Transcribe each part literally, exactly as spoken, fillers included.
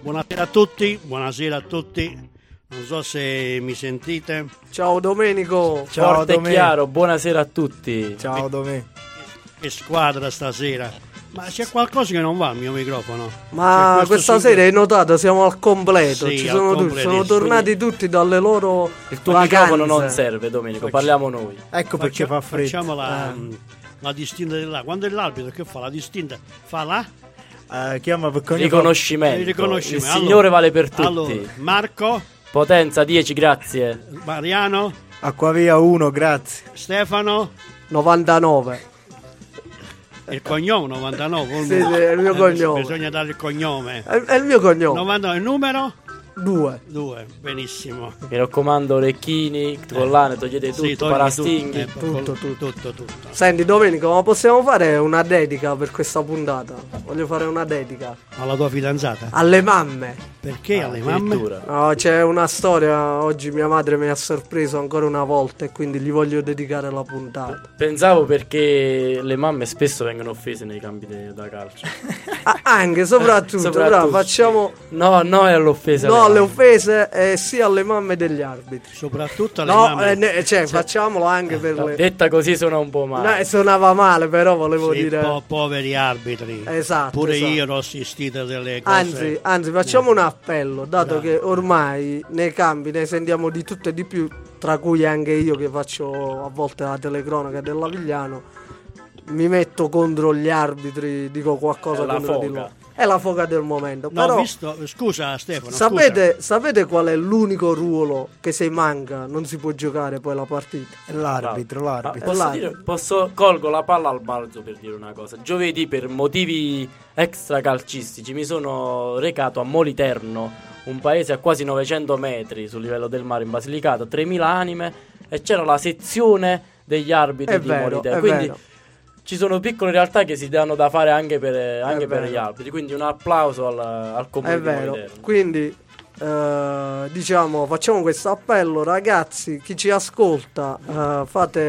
Buonasera a tutti, buonasera a tutti. Non so se mi sentite. Ciao Domenico. Ciao, Forte Domenico. e chiaro, buonasera a tutti. Ciao Domenico. Che squadra stasera. Ma c'è qualcosa che non va al mio microfono. Ma C'è questo questa super- sera hai notato, siamo al completo. Sì, Ci al sono, tutti, completo, sono sì. tornati tutti dalle loro Il tuo vacanze. microfono non serve, Domenico, parliamo noi. Ecco perché Faccia- fa freddo. Facciamo la, Eh. la distinta di là. Quando è l'arbitro che fa la distinta? Fa la Eh, chiama perché ogni Riconoscimento. il riconoscimento. Il Allora- Signore vale per tutti. Allora, Marco, Potenza dieci, grazie. Mariano, Acquavia uno, grazie. Stefano, novantanove. il cognome novantanove. Sì, sì, è il mio Eh, cognome. Bisogna dare il cognome. È, è il mio cognome. novantanove, il numero? Due. Due, benissimo. Mi raccomando, orecchini, collane, togliete tutto, Sì, togli parastinghi. tutto, tutto, eh, tutto. tutto, tutto. Senti Domenico, ma possiamo fare una dedica per questa puntata? Voglio fare una dedica Alla tua fidanzata? alle mamme. Perché alle mamme? Addirittura. No, c'è una storia, oggi mia madre mi ha sorpreso ancora una volta e quindi gli voglio dedicare la puntata. Pensavo perché le mamme spesso vengono offese nei campi de- da calcio. Ah, anche, soprattutto, Soprattutto. bravo, facciamo No, no, è all'offesa. no alle alle mamme. offese eh, sia alle mamme degli arbitri. Soprattutto alle No, mamme. eh, ne- cioè, facciamolo anche per le... Detta così suona un po' No, male. eh, suonava male, però volevo Sì, dire... po- poveri arbitri. Esatto, Pure esatto. io ho assistito a delle cose. Anzi, anzi, facciamo un appello, dato Bravo. che ormai nei campi ne sentiamo di tutto e di più, tra cui anche io che faccio a volte la telecronaca dell'Avigliano, mi metto contro gli arbitri, dico qualcosa È la contro di foga. loro. È la foga del momento. No, Però visto, scusa Stefano, sapete, sapete qual è l'unico ruolo che se manca non si può giocare poi la partita? È l'arbitro, Ma l'arbitro. posso, l'arbitro. dire, posso colgo la palla al balzo per dire una cosa. Giovedì, per motivi extracalcistici, mi sono recato a Moliterno, un paese a quasi novecento metri sul livello del mare in Basilicata, tremila anime, e c'era la sezione degli arbitri È di vero, Moliterno. è Quindi vero. ci sono piccole realtà che si danno da fare anche per, anche È per vero. gli arbitri. Quindi un applauso al, al comune È di vero, Moliterno. quindi eh, diciamo facciamo questo appello, ragazzi, chi ci ascolta, eh,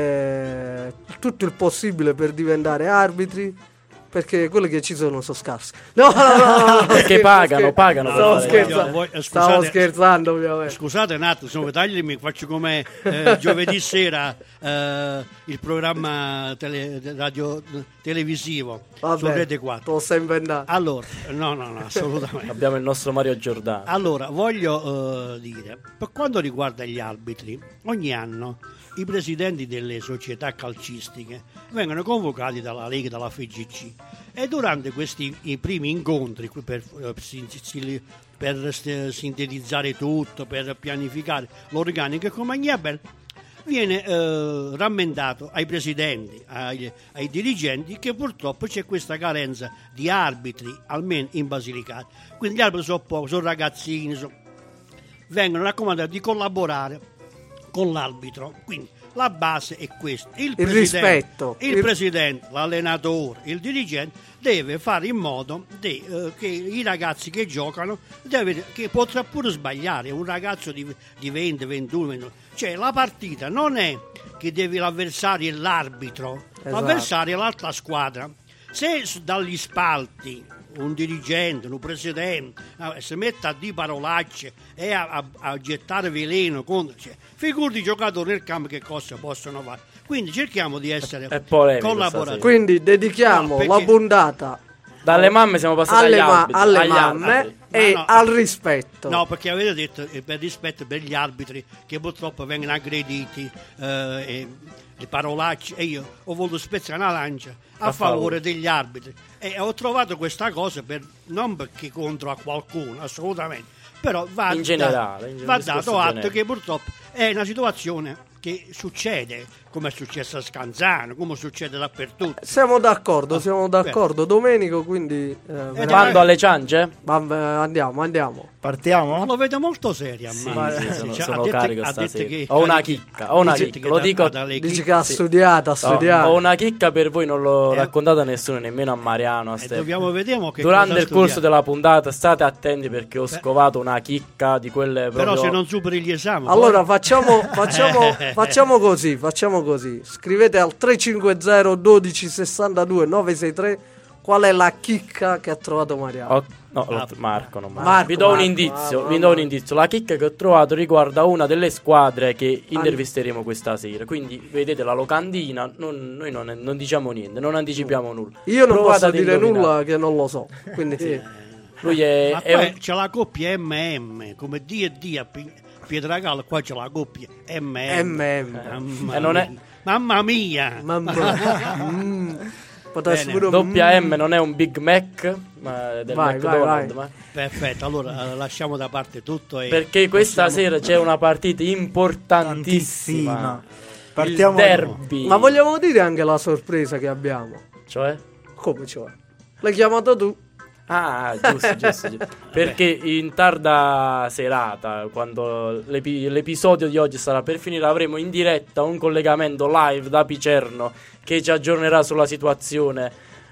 fate tutto il possibile per diventare arbitri, perché quelli che ci sono sono scarsi. No, no, no, no, Perché scherzo, pagano, scherzo. pagano per Stavo fare- scherzando, Voi- eh, stavo scusate- scherzando ovviamente. Scusate un attimo, se non tagliami, faccio come eh, giovedì sera eh, il programma tele- radio televisivo su Vabbè, Rete te quattro. lo stai inventando. Allora, no, no, no, assolutamente. Abbiamo il nostro Mario Giordano. Allora, voglio eh, dire, per quanto riguarda gli arbitri, ogni anno i presidenti delle società calcistiche vengono convocati dalla Lega, dalla F G C, e durante questi i primi incontri per, eh, si- si- per st- sintetizzare tutto, per pianificare l'organico e compagnia bella, viene eh, rammentato ai presidenti, ai, ai dirigenti, che purtroppo c'è questa carenza di arbitri, almeno in Basilicata. Quindi gli arbitri sono pochi, sono ragazzini, sono- vengono raccomandati di collaborare con l'arbitro. Quindi la base è questa: il, presidente, rispetto. il, Il- presidente, l'allenatore, il dirigente deve fare in modo di, eh, che i ragazzi che giocano deve, che potrà pure sbagliare, un ragazzo di, di venti, ventuno, ventuno, cioè la partita non è che devi l'avversario è l'arbitro, Esatto. l'avversario è l'altra squadra. Se s- dagli spalti un dirigente, un presidente eh, si mette a dire parolacce e a, a- a gettare veleno contro, cioè, figurati i giocatori nel campo che cosa possono fare. Quindi cerchiamo di essere È polemico collaborativi. Quindi dedichiamo No, perché- la puntata Dalle mamme siamo passati alle, agli ma- arbitri, alle agli mamme arbitri. e Ma no. al rispetto. No, perché avete detto eh, per rispetto per gli arbitri che purtroppo vengono aggrediti, eh, e le parolacce, e io ho voluto spezzare una lancia a, A favore favore. degli arbitri, e ho trovato questa cosa per, non perché contro a qualcuno, assolutamente, però va, In generale, in va un discorso dato atto generico. che purtroppo è una situazione che succede, come è successo a Scanzano, come succede dappertutto. Siamo d'accordo, Ah, siamo d'accordo, Domenico, quindi eh, veramente- Bando alle ciance? vabbè, andiamo, andiamo. Partiamo? Ma lo vedo molto serio a Sì, me. sì, sono, Cioè, sono ha detto- carico ha detto stasera. che- Ho una chicca, ho una Dice chicca. che Lo da- dico. dalle Dici chicche- che ha sì. studiato, ha No, studiato. ho una chicca per voi, non l'ho Eh. raccontata a nessuno, nemmeno a Mariano, a E Stefano. dobbiamo vedere che Durante cosa il corso studiare. della puntata state attenti perché ho scovato una chicca di quelle proprio. Però se non superi gli esami, Allora poi- facciamo, facciamo, facciamo così, facciamo così. Scrivete al tre cinque zero dodici sessantadue nove sei tre qual è la chicca che ha trovato Mariano? Oh, no, lo- Marco, non Marco. Marco, Vi do un Marco, indizio, ah, vi do un indizio. La chicca che ho trovato riguarda una delle squadre che intervisteremo questa sera. Quindi vedete la locandina, non- noi non, non diciamo niente, non anticipiamo nulla. Io non Provate posso ad dire indovinare. nulla che non lo so. Quindi Lui è, Ma è qua un- c'è la coppia M M, come D e D a Pi- Pietragallo, qua c'è la coppia M M. M M. Mamma, E non è- mia. Mamma mia! Mamma. Mm. Potessi Bene. pure doppia mm. M non è un Big Mac, ma è del Vai, vai, McDonald's. vai. ma- Perfetto, allora eh, lasciamo da parte tutto e Perché questa possiamo- sera c'è una partita importantissima. Tantissima. Partiamo- Il derby. Ma vogliamo dire anche la sorpresa che abbiamo? Cioè? Come cioè? L'hai chiamato tu? Ah, giusto, giusto, giusto. Perché in tarda serata, quando l'epi- l'episodio di oggi sarà per finire, avremo in diretta un collegamento live da Picerno che ci aggiornerà sulla situazione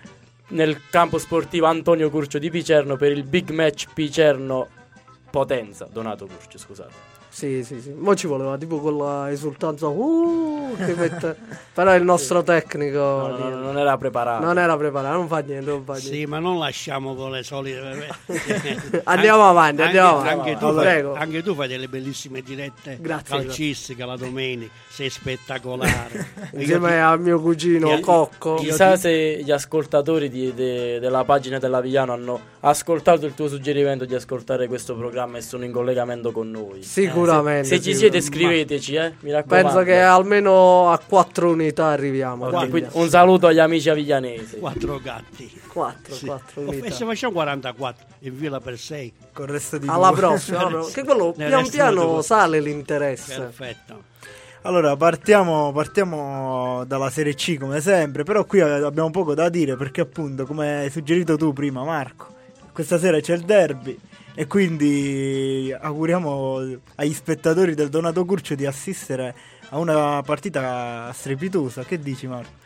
nel campo sportivo Antonio Curcio di Picerno per il big match Picerno Potenza. Donato Curcio, scusate. Sì, sì, sì. Mo ci voleva tipo quella esultanza. Uh, che mette... Però il nostro tecnico No, no, no, non era preparato. non era preparato, non fa niente, non fa niente. Sì, ma non lasciamo con le solite. Andiamo avanti, andiamo anche, avanti. Anche tu, Allora, fai, prego. anche tu fai delle bellissime dirette Grazie, calcistiche la domenica, sei spettacolare. Insieme Io al mio cugino Chi- Cocco. Chissà se gli ascoltatori di- de- della pagina dell'Avigliano hanno ascoltato il tuo suggerimento di ascoltare questo programma e sono in collegamento con noi. Sicuramente. Se ci sicuramente. siete scriveteci, eh, mi raccomando. Penso che almeno a quattro unità arriviamo. Ok, Guarda. quindi un saluto agli amici aviglianesi. quattro gatti. Quattro, Sì. quattro O- unità. E se facciamo quarantaquattro in villa per sei, Col resto di Alla due. prossima, alla prossima. Che quello Nel pian resto piano delle- sale l'interesse. perfetto. Allora, partiamo, partiamo dalla Serie C come sempre, però qui abbiamo poco da dire perché appunto, come hai suggerito tu prima Marco, questa sera c'è il derby e quindi auguriamo agli spettatori del Donato Curcio di assistere a una partita strepitosa. Che dici Marco?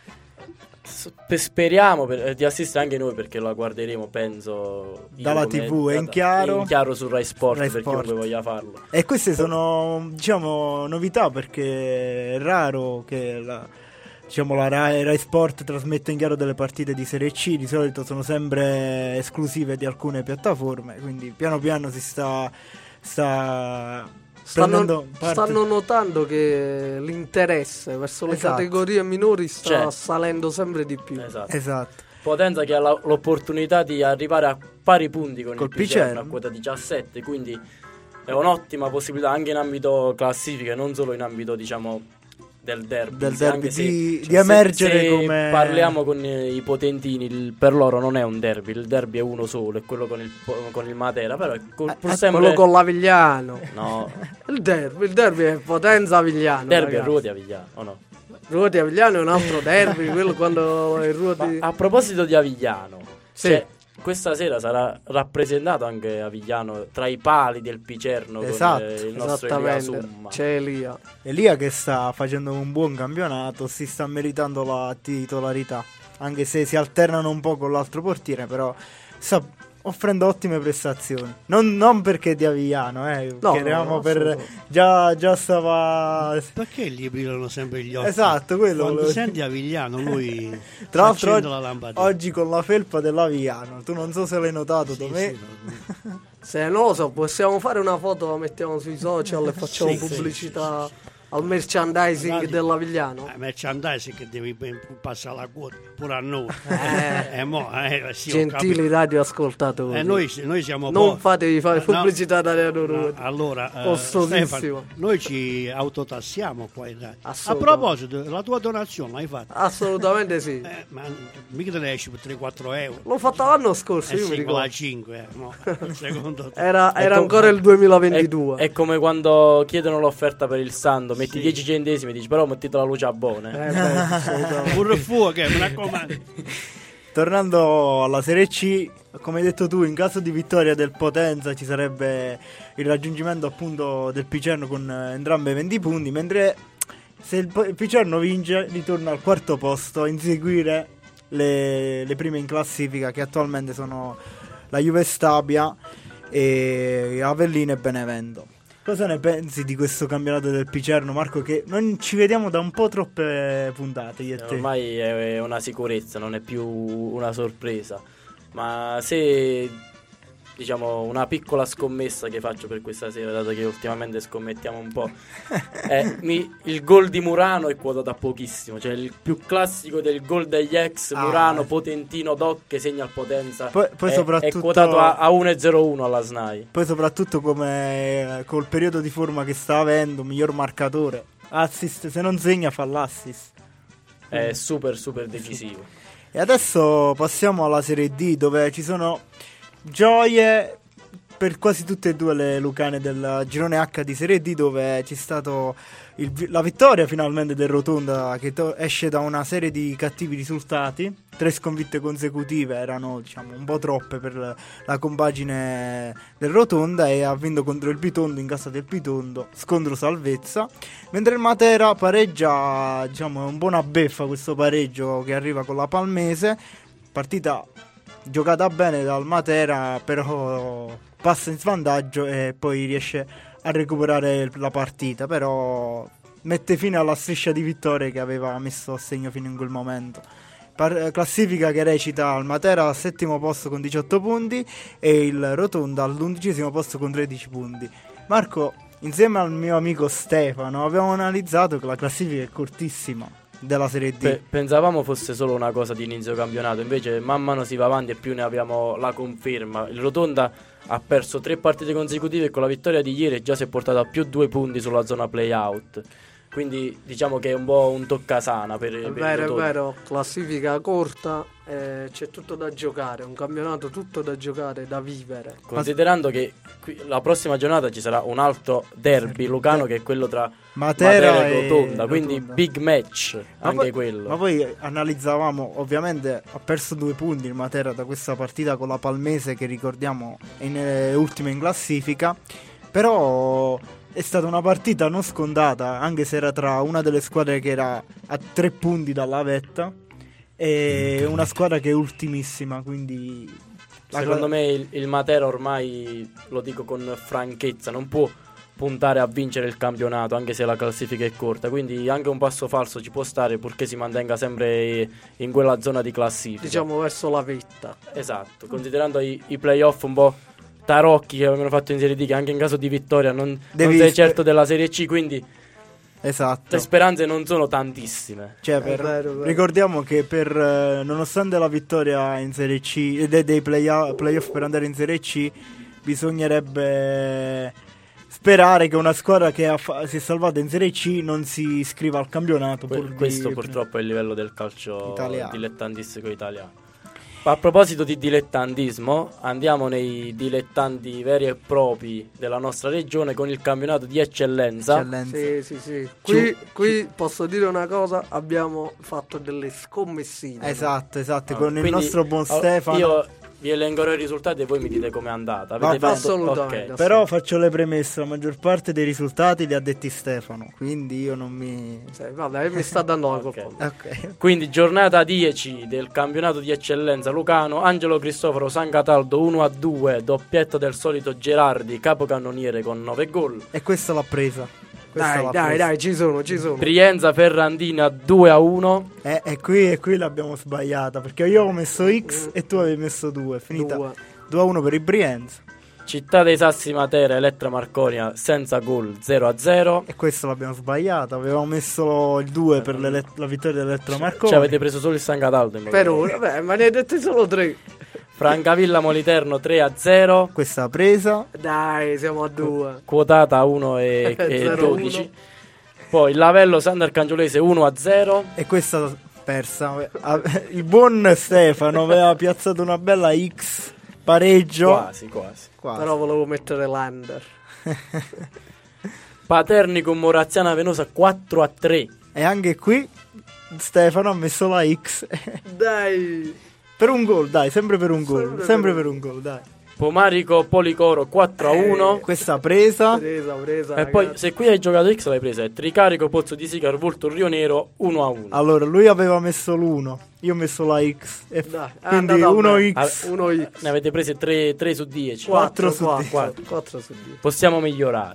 S- per- Speriamo per- eh, di assistere anche noi perché la guarderemo, penso. io Dalla come- tivù, è in da- chiaro. in chiaro su Rai Sport Rai per Sport. chiunque voglia farlo. E queste sono, diciamo, novità perché è raro che la, diciamo, la Rai, Rai Sport trasmetta in chiaro delle partite di Serie C, di solito sono sempre esclusive di alcune piattaforme, quindi piano piano si sta, sta prendendo Stanno, parte. stanno notando che l'interesse verso le Esatto. categorie minori sta C'è. salendo sempre di più. Esatto. Esatto. Potenza che ha la- l'opportunità di arrivare a pari punti con Col il Picerno Picerno. a quota diciassette, quindi è un'ottima possibilità anche in ambito classifica, non solo in ambito, diciamo, del derby. Del Se- derby, anche se- di- di se- emergere se come- parliamo con eh, i potentini, il- per loro non è un derby, il derby è uno solo, è quello con il, con il Matera, però è col- pur eh, sempre... Quello con l'Avigliano. No, Il derby, il derby è Potenza Avigliano. derby a ragazzi. Ruoti Avigliano, o no? Ruoti Avigliano è un altro derby, quello quando il Ruoti... Ma a proposito di Avigliano, Sì. cioè, questa sera sarà rappresentato anche Avigliano tra i pali del Picerno Esatto, con eh, il nostro Elia Esattamente, Summa. c'è Elia. Elia che sta facendo un buon campionato, si sta meritando la titolarità, anche se si alternano un po' con l'altro portiere, però sta offrendo ottime prestazioni. Non, non perché è di Avigliano, eh, No, che eravamo no, per assolutamente. già, già stava. Perché gli brillano sempre gli occhi? Esatto, quello Quando volevo- senti Avigliano, lui Tra l'altro accende oggi, la lampadina. oggi con la felpa dell'Avigliano, tu non so se l'hai notato, Sì, Tomè. sì, no. Se non lo so, possiamo fare una foto, la mettiamo sui social e facciamo Sì, sì, pubblicità al merchandising Guardi, dell'Avigliano. Eh, merchandising che devi ben- passare la quota pure a noi. Eh. Eh, mo, eh, sì, ho Gentili capito. radioascoltatori, Eh, noi, noi siamo non pochi. fatevi fare Eh, no. pubblicità da Adriano No, Ruoti. allora, eh, Costosissimo. Stefano, noi ci autotassiamo qua in radio. A Assolutamente. proposito, la tua donazione l'hai fatta? Assolutamente sì. Eh, ma mica te ne esci per tre quattro euro. L'ho fatto l'anno scorso, È io mi singola a ricordo. cinque, eh, mo, secondo te. Era, era com- ancora il duemilaventidue. È, è come quando chiedono l'offerta per il sando, metti Sì. dieci centesimi e dici però mettete la luce a buona. Eh, beh, assolutamente. Pure fuoco, che mi raccomando. Tornando alla Serie C, come hai detto tu, in caso di vittoria del Potenza ci sarebbe il raggiungimento appunto del Picerno con eh, entrambe venti punti, mentre se il, P- il Picerno vince ritorna al quarto posto a inseguire le, le prime in classifica, che attualmente sono la Juve Stabia e Avellino e Benevento. Cosa ne pensi di questo campionato del Picerno, Marco, che non ci vediamo da un po' troppe puntate io e te? Ormai è una sicurezza, non è più una sorpresa. Ma se, diciamo, una piccola scommessa che faccio per questa sera, dato che ultimamente scommettiamo un po', è, mi, il gol di Murano è quotato a pochissimo, cioè il più classico del gol degli ex, Ah. Murano, potentino, Doc che segna al Potenza, Poi- poi è, soprattutto- è quotato a, a uno virgola zero uno alla S N A I. Poi soprattutto come col periodo di forma che sta avendo, miglior marcatore, assist, se non segna fa l'assist. È super super decisivo. E adesso passiamo alla Serie D, dove ci sono gioie per quasi tutte e due le lucane del girone H di Serie D, dove c'è stato il vi- la vittoria finalmente del Rotonda, che to- esce da una serie di cattivi risultati. Tre sconfitte consecutive erano, diciamo, un po' troppe per la, la compagine del Rotonda, e ha vinto contro il Bitondo in casa del Bitondo, scontro salvezza. Mentre il Matera pareggia, diciamo, è un po' una beffa questo pareggio che arriva con la Palmese. Partita giocata bene dal Matera, però passa in svantaggio e poi riesce a recuperare la partita, però mette fine alla striscia di vittorie che aveva messo a segno fino in quel momento. Par- classifica che recita il Matera al settimo posto con diciotto punti e il Rotonda all'undicesimo posto con tredici punti. Marco, insieme al mio amico Stefano abbiamo analizzato che la classifica è cortissima della Serie D. Pe- pensavamo fosse solo una cosa di inizio campionato, invece man mano si va avanti e più ne abbiamo la conferma. Il Rotonda ha perso tre partite consecutive e con la vittoria di ieri già si è portato a più due punti sulla zona play-out. Quindi diciamo che è un po' un toccasana per, È per vero, il è Rotonda. vero, classifica corta, eh, c'è tutto da giocare, un campionato tutto da giocare, da vivere. Considerando che qui, la prossima giornata ci sarà un altro derby lucano che è quello tra Matera, Matera e e Rotonda, quindi Rotonda. big match Ma anche poi- quello. Ma poi analizzavamo, ovviamente ha perso due punti il Matera da questa partita con la Palmese, che ricordiamo è in, eh, ultima in classifica, però è stata una partita non scontata, anche se era tra una delle squadre che era a tre punti dalla vetta e una squadra che è ultimissima, quindi la Secondo cla- me il, il Matera ormai, lo dico con franchezza, non può puntare a vincere il campionato anche se la classifica è corta, quindi anche un passo falso ci può stare purché si mantenga sempre in quella zona di classifica. Diciamo verso la vetta. Esatto, considerando i, i playoff un po' tarocchi che avevano fatto in Serie D, che anche in caso di vittoria non, Devi non sei sper- certo della Serie C, quindi esatto. le speranze non sono tantissime. Cioè, per- vero, è vero. ricordiamo che per eh, nonostante la vittoria in Serie C e dei, dei play- playoff per andare in Serie C, bisognerebbe sperare che una squadra che ha fa- si è salvata in Serie C non si iscriva al campionato. Que- pur di- questo purtroppo è il livello del calcio Italiano. dilettantistico italiano. A proposito di dilettantismo, andiamo nei dilettanti veri e propri della nostra regione con il campionato di eccellenza. Eccellenza. Sì, sì, sì. Qui, qui posso dire una cosa, abbiamo fatto delle scommessine. Esatto, esatto, Ah, con il quindi, nostro buon oh, Stefano. Io vi elencherò i risultati e voi mi dite com'è andata. Avete Va- fatto- assolutamente. ok. Però faccio le premesse, la maggior parte dei risultati li ha detti Stefano, quindi io non mi... Sì, vabbè, mi sta dando la Ok. colpa. Ok. Quindi giornata dieci del campionato di eccellenza lucano, Angelo Cristoforo San Cataldo uno a due, doppietta del solito Gerardi, capocannoniere con nove gol. E questa l'ha presa. Questa Dai, l'ha dai, presa. dai, ci sono, ci sono. Brienza Ferrandina due a uno. E, e qui, e qui l'abbiamo sbagliata, perché io avevo messo X e tu avevi messo due, finita Due. due a uno per il Brienza. Città dei Sassi Matera, Elettra Marconia senza gol zero a zero. E questo l'abbiamo sbagliata, avevamo messo il due per l'ele- la vittoria dell'Elettra Marconi. Cioè avete preso solo il San Cataldo in Per qualche ora, beh, ma ne hai dette solo tre. Francavilla Moliterno tre a zero. Questa presa. Dai, siamo a due. Quotata a uno e, e zero a uno. dodici. Poi Lavello Sant'Arcangiolese uno a zero. E questa persa. Ah, il buon Stefano aveva piazzato una bella X, pareggio. Quasi, quasi. Quasi. Però volevo mettere l'under. Paternicum Moraziana Venosa quattro a tre. E anche qui Stefano ha messo la X. Dai. Per un gol, dai, sempre per un gol. Sempre Sempre per per un- un gol, dai. Pomarico Policoro quattro a uno. Questa presa. Presa, presa. E poi ragazzi. se qui hai giocato X l'hai presa. È Tricarico Pozzo di Sicar Vulto Rio Nero uno a uno. Allora, lui aveva messo l'uno, io ho messo la X. E Dai, è quindi andata uno bene. X. Uno X. Ne avete prese tre su dieci. Quattro quattro su su dieci. quattro. quattro su dieci. Possiamo migliorare.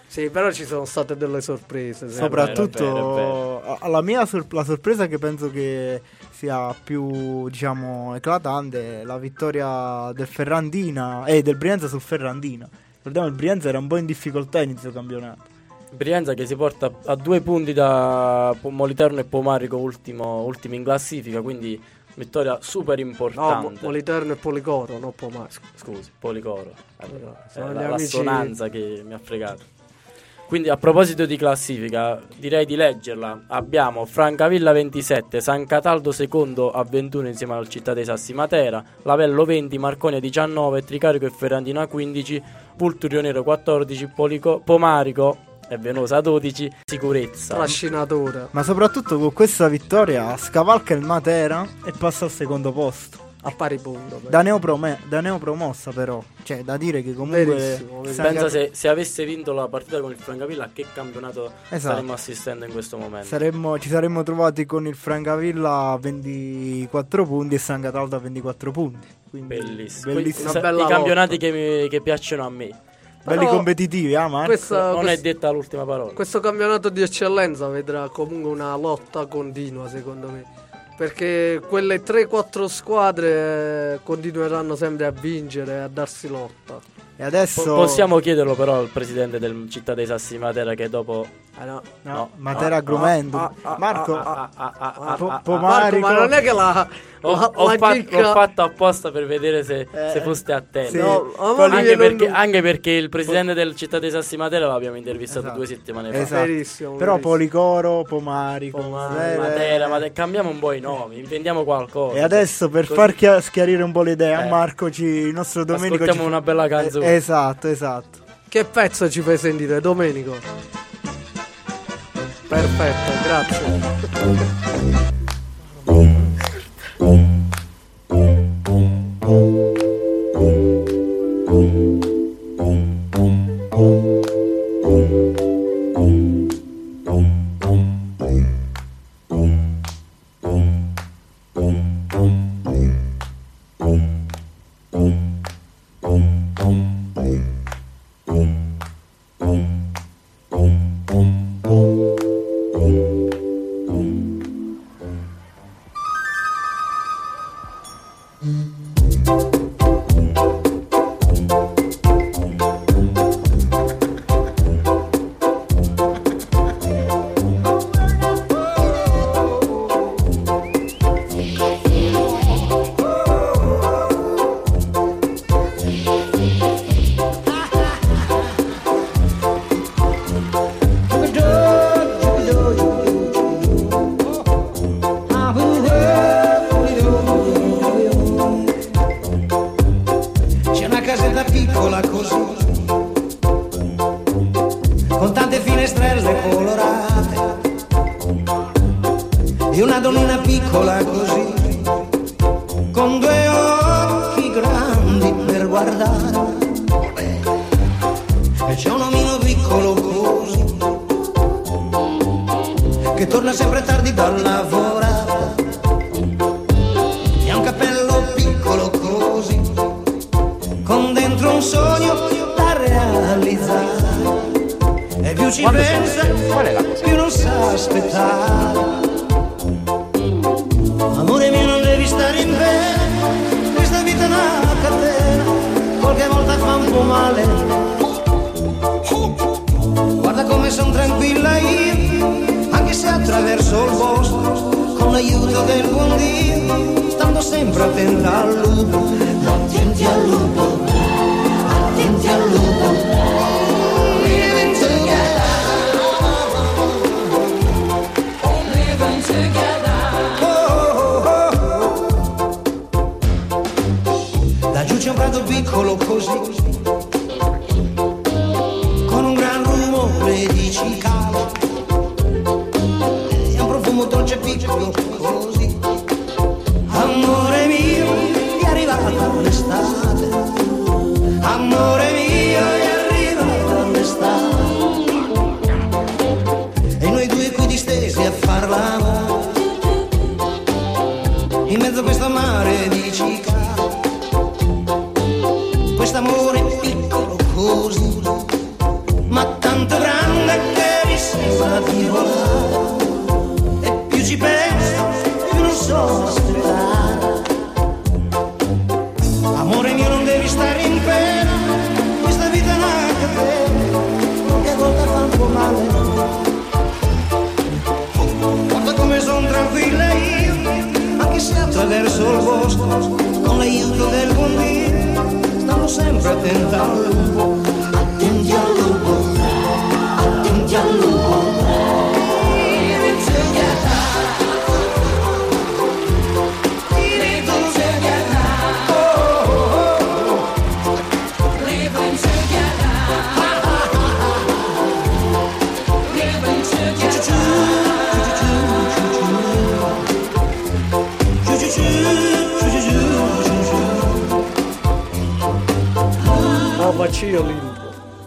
Sì, però ci sono state delle sorprese. sì. Soprattutto È vero, è vero, è a- la mia sor- la sorpresa che penso che sia più, diciamo, eclatante è la vittoria del Ferrandina e del Brianza sul Ferrandina. Ricordiamo il Brianza era un po' in difficoltà a inizio campionato. Brianza che si porta a due punti da Po- Moliterno e Pomarico, ultimo, ultimi in classifica, quindi vittoria super No, importante. Mo- Moliterno e Policoro, non Pomasco. Scusi, Policoro. Allora, sono è gli la, amici- l'assonanza che mi ha fregato. Quindi a proposito di classifica, direi di leggerla. Abbiamo Francavilla ventisette, San Cataldo secondo a ventuno insieme al Città dei Sassi Matera, Lavello venti, Marconia diciannove, Tricarico e Ferrandino a quindici, Vulturio Nero quattordici, Polico- Pomarico e Venosa dodici, Sicurezza. Trascinatore. Ma soprattutto con questa vittoria scavalca il Matera e passa al secondo posto. A pari punto. Da, neoprome- da neopromossa però, cioè da dire che comunque Verissimo, verissimo. San Pensa Cat- se, se avesse vinto la partita con il Francavilla, a che campionato Esatto. staremmo assistendo in questo momento? saremmo- ci saremmo trovati con il Francavilla a ventiquattro punti e San Cataldo a ventiquattro punti. Quindi Bellissimo. bellissimo. Una Sa- bella I campionati lotta. che, mi- che piacciono a me. Belli Però competitivi, ah Marco? Questa- Non quest- è detta l'ultima parola. Questo campionato di eccellenza vedrà comunque una lotta continua, secondo me. Perché quelle tre quattro squadre eh, continueranno sempre a vincere, a darsi lotta. E adesso Po- possiamo chiederlo però al presidente del Città dei Sassi Matera che dopo Eh no. no, no. Matera Ah, Agrumento. ah, ah, Marco, Ah, ah, ah, ah, Po- ah, ah. Pomarico. Marco, ma non è che la, Ho, la, ho la fa- chicca- l'ho fatto apposta per vedere se, Eh, se foste attenti. sì. No, ma Quelli- Anche non- perché, anche perché il presidente del Città dei Sassi Matera l'abbiamo intervistato Esatto. due settimane fa. Esatto. Verissimo, Però verissimo. Policoro, Pomarico, Pomarico, eh, Matera, Matera, cambiamo un po' i nomi, invendiamo qualcosa. E adesso per Così- far chia- schiarire un po' le idee a Eh. Marco, ci, il nostro Domenico ascoltiamo ci- una bella canzone. Eh, esatto, esatto. Che pezzo ci fai sentire, Domenico? Perfetto, grazie. C'è una casetta piccola così, con tante finestrelle colorate, e una donnina piccola così, con due occhi grandi per guardare, e c'è un omino piccolo così, che torna sempre tardi dal lavorare, e ha un cappello piccolo così, con dentro un sogno da realizzare, e più ci pensa, più non sa aspettare. Amore mio, non devi stare in pena, questa vita è una catena, qualche volta fa un po' male. Guarda come son tranquilla io, anche se attraverso il bosco, con l'aiuto del buon Dio, stando sempre attenta al lupo. Attenti al lupo, attenti al lupo. Living together, living together. Oh, oh, oh. Laggiù c'è un prato piccolo così, con un gran rumore di cicale, e un profumo dolce piccolo così. Amore mio, è arrivata l'estate, amore mio, è arrivata l'estate, e noi due qui distesi a far l'amore, in mezzo a questo mare di cicale, quest'amore piccolo così, ma tanto paura di volare, e più ci penso più non so aspettare. Amore mio, non devi stare in pena, questa vita è una catena che a volte fa un po' male. Guarda come son tranquilla io, anche se attraverso il bosco, con l'aiuto del buon Dio, stavo sempre attenta al lupo, attenti al lupo, attenti al lupo. Io limpo.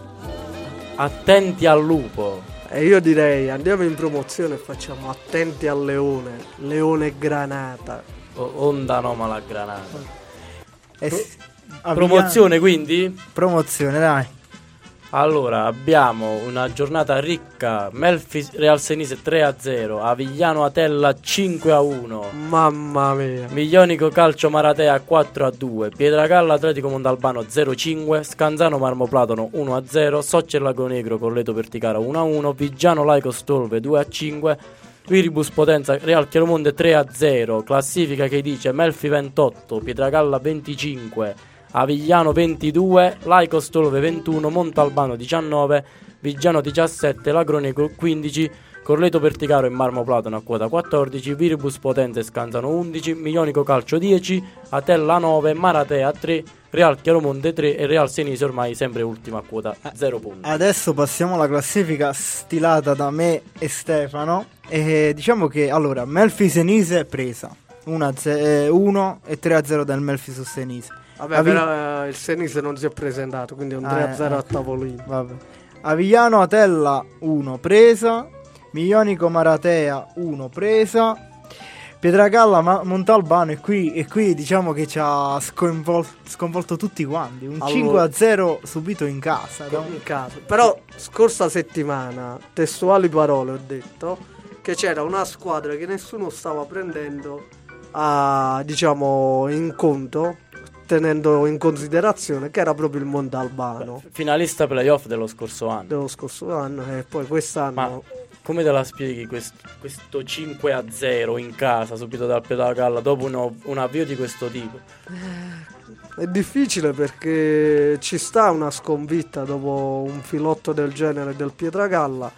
Attenti al lupo. E io direi andiamo in promozione e facciamo attenti al leone, leone granata. O- onda anomala granata. Eh sì, Promozione quindi? Promozione, dai. Allora, abbiamo una giornata ricca. Melfi Real Senise tre a zero, Avigliano Atella cinque a uno, Mamma mia. Miglionico Calcio Maratea quattro a due, Pietragalla Atletico Mondalbano zero a cinque, Scanzano Marmo Platono uno a zero, Soccer Lago Negro Corleto Perticara uno a uno, Viggiano Laico Stolve due a cinque, Viribus Potenza Real Chiaromonte tre a zero. Classifica che dice Melfi ventotto, Pietragalla venticinque, Avigliano ventidue, Laico Stolve ventuno, Montalbano diciannove, Viggiano diciassette, Lagronegro quindici, Corleto Perticaro e Marmo Platono a quota quattordici, Viribus Potenza e Scanzano undici, Miglionico Calcio dieci, Atella nove, Maratea tre, Real Chiaromonte tre e Real Senise ormai sempre ultima a quota zero punti. Adesso passiamo alla classifica stilata da me e Stefano. E diciamo che allora Melfi Senise è presa uno a uno e tre a zero del Melfi su Senise. Vabbè, Avi- però eh, il Senise non si è presentato, quindi è un Ah, tre a zero eh, a tavolino. Vabbè. Avigliano Atella uno presa, Miglionico Maratea uno presa, Pietragalla Ma- Montalbano e qui, e qui diciamo che ci ha sconvol- sconvolto tutti quanti. Un Allora- cinque a zero subito in casa. da un- In caso. Però scorsa settimana, testuali parole, ho detto che c'era una squadra che nessuno stava prendendo a, diciamo, in conto, tenendo in considerazione, che era proprio il Montalbano Finalista playoff dello scorso anno. dello scorso anno, e poi quest'anno Ma come te la spieghi quest- questo cinque a zero in casa subito dal Pietragalla dopo uno- un avvio di questo tipo? è difficile, perché ci sta una sconfitta dopo un filotto del genere del Pietragalla,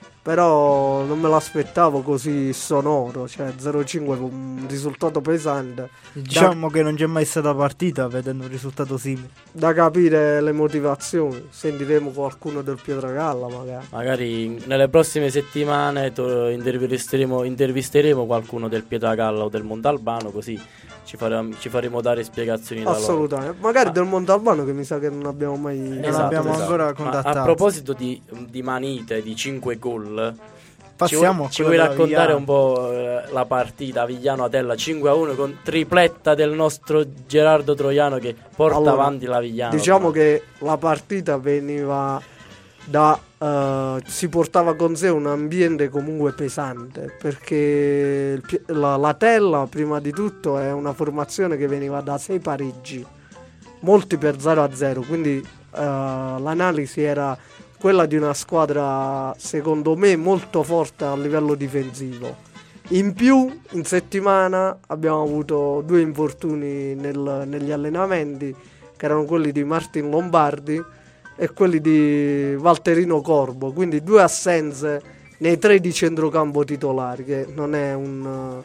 però non me l'aspettavo così sonoro, cioè zero a cinque, un risultato pesante. Diciamo che non c'è mai stata partita vedendo un risultato simile. Da capire le motivazioni, sentiremo qualcuno del Pietragalla magari. Magari in- nelle prossime settimane to- intervisteremo, intervisteremo qualcuno del Pietragalla o del Montalbano, così ci, faremo, ci faremo dare spiegazioni da loro. Assolutamente, magari Ah. del Montalbano, che mi sa che non abbiamo mai Non Esatto, abbiamo esatto. ancora Ma contattato. a proposito di, di manite, di cinque gol, Passiamo a ci, vuoi- ci quello vuoi da raccontare Avigliano. un po' eh, la partita Avigliano Atella cinque a uno con tripletta del nostro Gerardo Troiano che porta Allora, avanti l'Avigliano? Diciamo che la partita veniva da eh, si portava con sé un ambiente comunque pesante, perché il Pie- la, la Tella prima di tutto è una formazione che veniva da sei pareggi, molti per zero a zero, quindi eh, l'analisi era quella di una squadra secondo me molto forte a livello difensivo. In più in settimana abbiamo avuto due infortuni nel- negli allenamenti, che erano quelli di Martin Lombardi e quelli di Valterino Corbo, quindi due assenze nei tre di centrocampo titolari, che non è un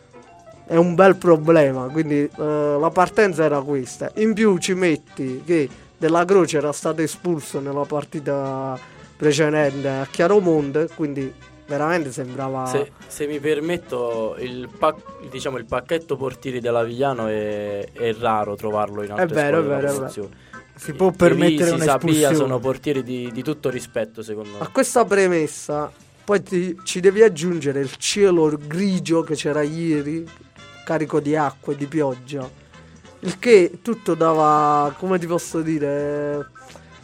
è un bel problema, quindi eh, la partenza era questa. In più ci metti che Della Croce era stato espulso nella partita precedente a Chiaromonte, quindi veramente sembrava Se, se mi permetto, il, pac- diciamo, il pacchetto portieri dell'Avigliano è, è raro trovarlo in altre vero, squadre è vero, della è promozione. Si può permettere Elisi, Sapia un'espulsione. sono portieri di, di tutto rispetto, secondo A me. questa premessa poi ti- ci devi aggiungere il cielo grigio che c'era ieri, carico di acqua e di pioggia, il che tutto dava, come ti posso dire,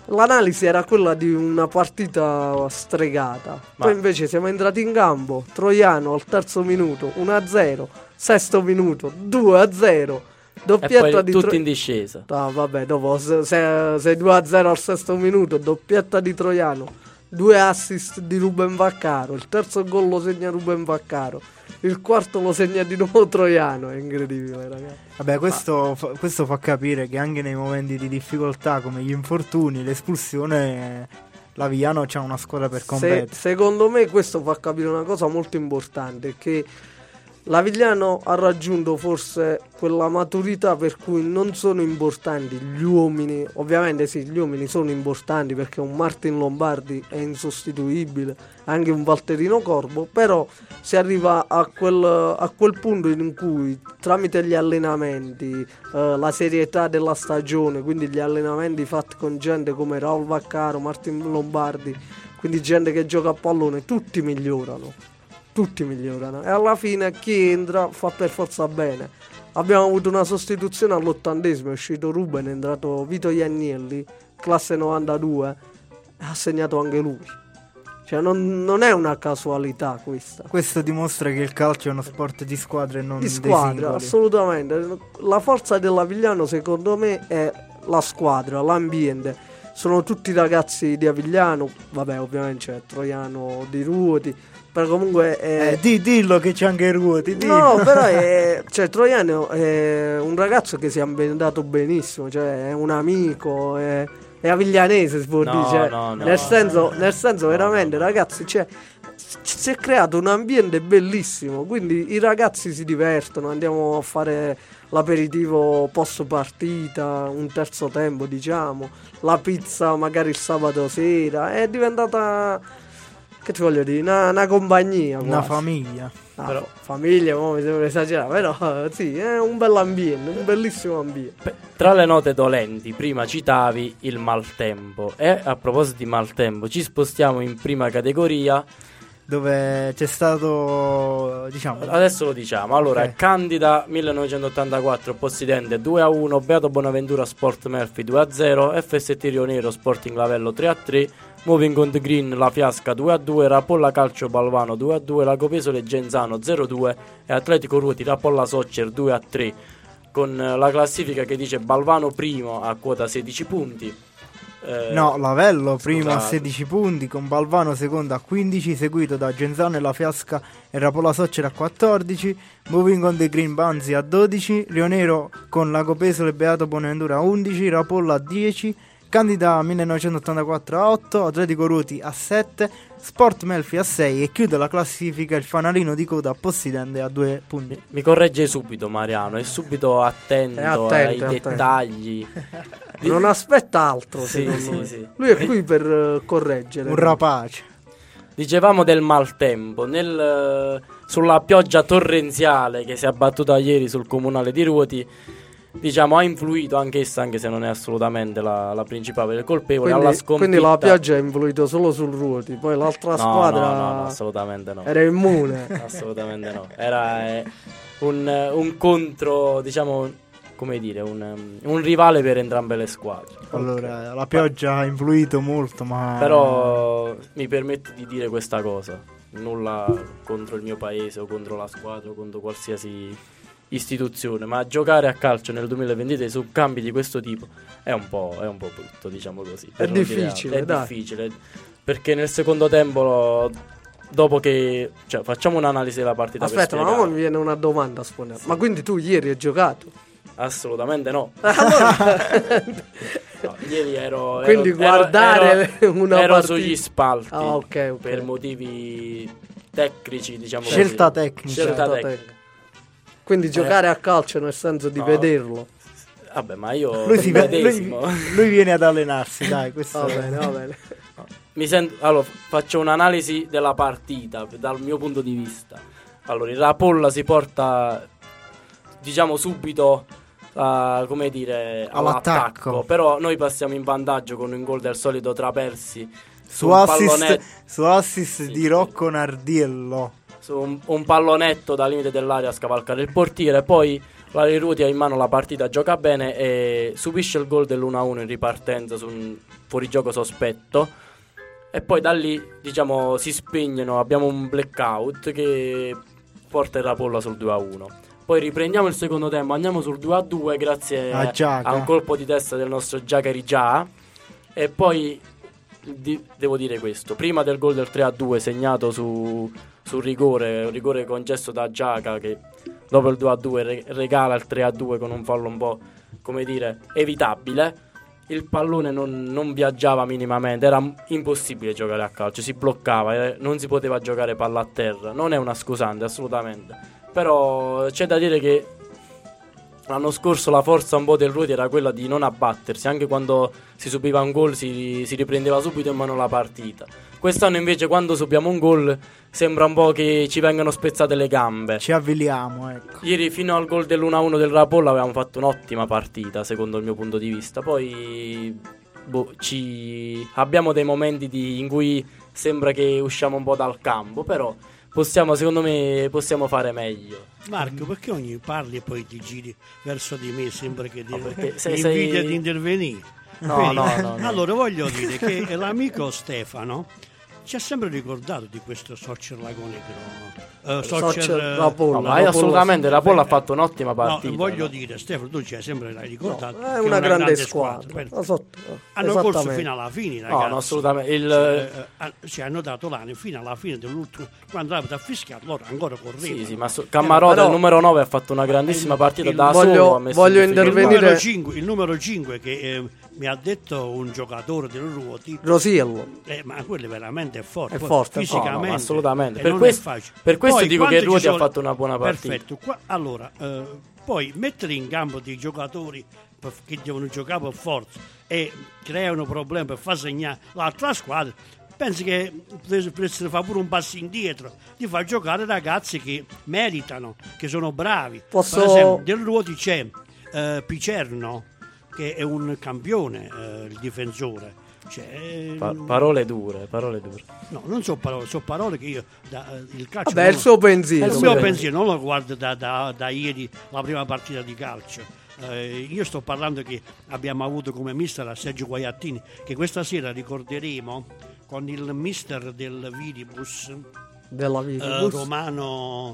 l'analisi era quella di una partita stregata. Ma- Poi invece siamo entrati in campo, Troiano al terzo minuto uno a zero, sesto minuto due a zero, E doppietta poi di tutti Tro- in discesa. Ah, vabbè, dopo se, se, se due a zero al sesto minuto, doppietta di Troiano, due assist di Ruben Vaccaro, il terzo gol lo segna Ruben Vaccaro, il quarto lo segna di nuovo Troiano, è incredibile, ragazzi. Vabbè, questo, fa, questo fa capire che anche nei momenti di difficoltà come gli infortuni, l'espulsione, l'Avigliano c'ha una squadra per Se- competere. secondo me questo fa capire una cosa molto importante, che l'Avigliano ha raggiunto forse quella maturità per cui non sono importanti gli uomini. Ovviamente sì, gli uomini sono importanti perché un Martin Lombardi è insostituibile, anche un Valterino Corbo, però si arriva a quel, a quel punto in cui tramite gli allenamenti, eh, la serietà della stagione, quindi gli allenamenti fatti con gente come Raul Vaccaro, Martin Lombardi, quindi gente che gioca a pallone, tutti migliorano. Tutti migliorano e alla fine chi entra fa per forza bene. Abbiamo avuto una sostituzione all'ottantesimo, è uscito Ruben, è entrato Vito Iannielli, classe novantadue, e ha segnato anche lui. Cioè non, non è una casualità questa. Questo dimostra che il calcio è uno sport di squadra e non Di dei squadra, singoli. assolutamente. La forza dell'Avigliano secondo me è la squadra, l'ambiente. Sono tutti ragazzi di Avigliano, vabbè ovviamente c'è Troiano di Ruoti, però comunque è... Eh, di, dillo che c'è anche Ruoti, dillo. No, però è, cioè, Troiano è un ragazzo che si è ambientato benissimo, cioè è un amico, è, è aviglianese si può No, dire, cioè, no, no, nel senso, no. nel senso No, veramente no, no. ragazzi, cioè, si è creato un ambiente bellissimo, quindi i ragazzi si divertono, andiamo a fare l'aperitivo post partita, un terzo tempo diciamo, la pizza magari il sabato sera, è diventata, che ti voglio dire, una, una compagnia Una quasi. famiglia. Ah, Però- famiglia, mo mi sembra esagerato, però eh, sì, è un bell'ambiente, un bellissimo ambiente. Beh, tra le note dolenti, prima citavi il maltempo. E a proposito di maltempo, ci spostiamo in prima categoria. Dove c'è stato, diciamo, Adesso lo diciamo. Allora, Ok. Candida millenovecentottantaquattro, Possidente due a uno, Beato Bonaventura Sport Melfi due a zero, F S T Rio Nero Sporting Lavello tre a tre, Moving on the Green La Fiasca due a due, Rapolla Calcio Balvano due a due, Lago Pesole Genzano zero a due e Atletico Ruoti Rapolla Soccer due a tre, con eh, la classifica che dice Balvano primo a quota sedici punti. Eh, no, Lavello primo a scusate. sedici punti, con Balvano secondo a quindici, seguito da Genzano e La Fiasca e Rapola Soccer a quattordici, Moving on the Green Banzi a dodici, Rionero con Lago Pesole e Beato Bonaventura a undici, Rapolla a dieci, Candida millenovecentottantaquattro a otto, Atletico Ruoti a sette, Sport Melfi a sei e chiude la classifica il fanalino di coda Possidente a due punti. Mi corregge subito Mariano, è subito attento, È attento, ai è attento. dettagli. Non aspetta altro, Sì, secondo sì, me. sì. Lui è qui per eh, correggere. Un rapace. Dicevamo del maltempo, nel, sulla pioggia torrenziale che si è abbattuta ieri sul comunale di Ruoti, diciamo ha influito anch'essa, anche se non è assolutamente la, la principale colpevole, alla Quindi, sconfitta. quindi la pioggia è influito solo sul Ruoti, poi l'altra No, squadra no, no, no, assolutamente no. era immune. Assolutamente no. Era eh, un, un contro, diciamo, come dire, un, um, un rivale per entrambe le squadre. Allora, la pioggia ha influito molto, ma Però mi permetto di dire questa cosa: nulla contro il mio paese o contro la squadra o contro qualsiasi istituzione, ma giocare a calcio nel duemilaventitré su campi di questo tipo è un po', è un po' brutto, diciamo così. per È non dire difficile, altro. È dai. difficile, perché nel secondo tempo, dopo che, cioè, facciamo un'analisi della partita. per Aspetta, ma spiegare. ora mi viene una domanda a spondere. Ma quindi tu ieri hai giocato? Assolutamente no. Allora- No, ieri ero, Quindi ero- guardare ero, una ero partita- sugli spalti Ah, ok, ok. per motivi tecnici, diciamo Scelta così. tecnica. Scelta Scelta tecnica. tecnica. Quindi giocare a calcio nel senso di No. vederlo. Vabbè, ma io Lui, si, mi lui, medesimo. lui viene ad allenarsi, dai, questo Va bene, va bene. Mi sento, allora, faccio un'analisi della partita dal mio punto di vista. Allora, il Rapolla si porta, diciamo, subito a, come dire, All'attacco. all'attacco. Però noi passiamo in vantaggio con un gol del solito Trapersi su un assist, pallonetto- su assist Sì, di sì. Rocco Nardiello. su un, un pallonetto dal limite dell'area a scavalcare il portiere. Poi La Ruoti ha in mano la partita, gioca bene e subisce il gol dell'uno a uno in ripartenza su un fuorigioco sospetto. E poi da lì, diciamo, si spegnono, abbiamo un blackout che porta il Rapolla sul due a uno. Poi riprendiamo il secondo tempo, andiamo sul due a due grazie A Giaca. a un colpo di testa del nostro Giacari Già. E poi di, devo dire questo, prima del gol del tre a due segnato su, su rigore, un rigore concesso da Giaca che dopo il due a due re, regala il tre a due con un fallo un po', come dire, evitabile. Il pallone non, non viaggiava minimamente, era impossibile giocare a calcio, si bloccava, eh, non si poteva giocare palla a terra. Non è una scusante, assolutamente. Però c'è da dire che l'anno scorso la forza un po' del Ruoti era quella di non abbattersi, anche quando si subiva un gol si, si riprendeva subito in mano la partita. Quest'anno invece quando subiamo un gol sembra un po' che ci vengano spezzate le gambe. Ci avviliamo, ecco. Ieri fino al gol dell'uno a uno del Rapolla avevamo fatto un'ottima partita secondo il mio punto di vista. Poi boh, ci... abbiamo dei momenti di... in cui sembra che usciamo un po' dal campo, però possiamo, secondo me possiamo fare meglio. Marco, perché ogni parli e poi ti giri verso di me, sembra che ti No, perché sei- mi invidia sei- di intervenire. No, Vedi? no, no, no. Allora voglio dire che l'amico Stefano ci ha sempre ricordato di questo Soccer Lago Negro. Eh, Soccer Soccer eh, Rapolla. No, ma Rapolla- assolutamente il Rapolla ha Beh, fatto un'ottima partita. No, voglio no? dire, Stefano, tu ci hai sempre ricordato. No, che è una grande squadra. perfetto. La sotto- Hanno corso esattamente. fino alla fine, No, ragazzi. no, assolutamente. Il, Eh, eh, ci hanno dato l'anno fino alla fine dell'ultimo, quando l'avete fischiato, loro ancora correvano. sì, sì, ma so- Cammarota, però- il numero nove, ha fatto una grandissima il- partita il- da voglio- solo. Ha messo voglio in difficoltà. Il intervenire- numero cinque, il numero cinque che eh, mi ha detto un giocatore del Ruoti, Rosiello. eh, ma quello è veramente forte, È poi forte, fisicamente. no, no, assolutamente. e Per non è questo- facile. per questo Poi, dico che quando il Ruoti ci ha sono- fatto una buona partita. Perfetto, qua- allora, eh, poi mettere in campo dei giocatori per- che devono giocare per forza e creano problemi per far segnare l'altra squadra, penso che potreste fare pure un passo indietro, di far giocare ragazzi che meritano, che sono bravi. Posso- Per esempio, del Ruoti c'è eh, Picerno, che è un campione, eh, il difensore. C'è, Pa- parole dure, parole dure. no, non so parole, so parole che io da, eh, il calcio Vabbè, non il lo- suo pensiero. il suo mio pensiero. pensiero non lo guardo da, da- da ieri la prima partita di calcio. Eh, io sto parlando che abbiamo avuto come mister a Sergio Guaiattini, che questa sera ricorderemo con il mister del Viribus, Della eh, vita. Romano,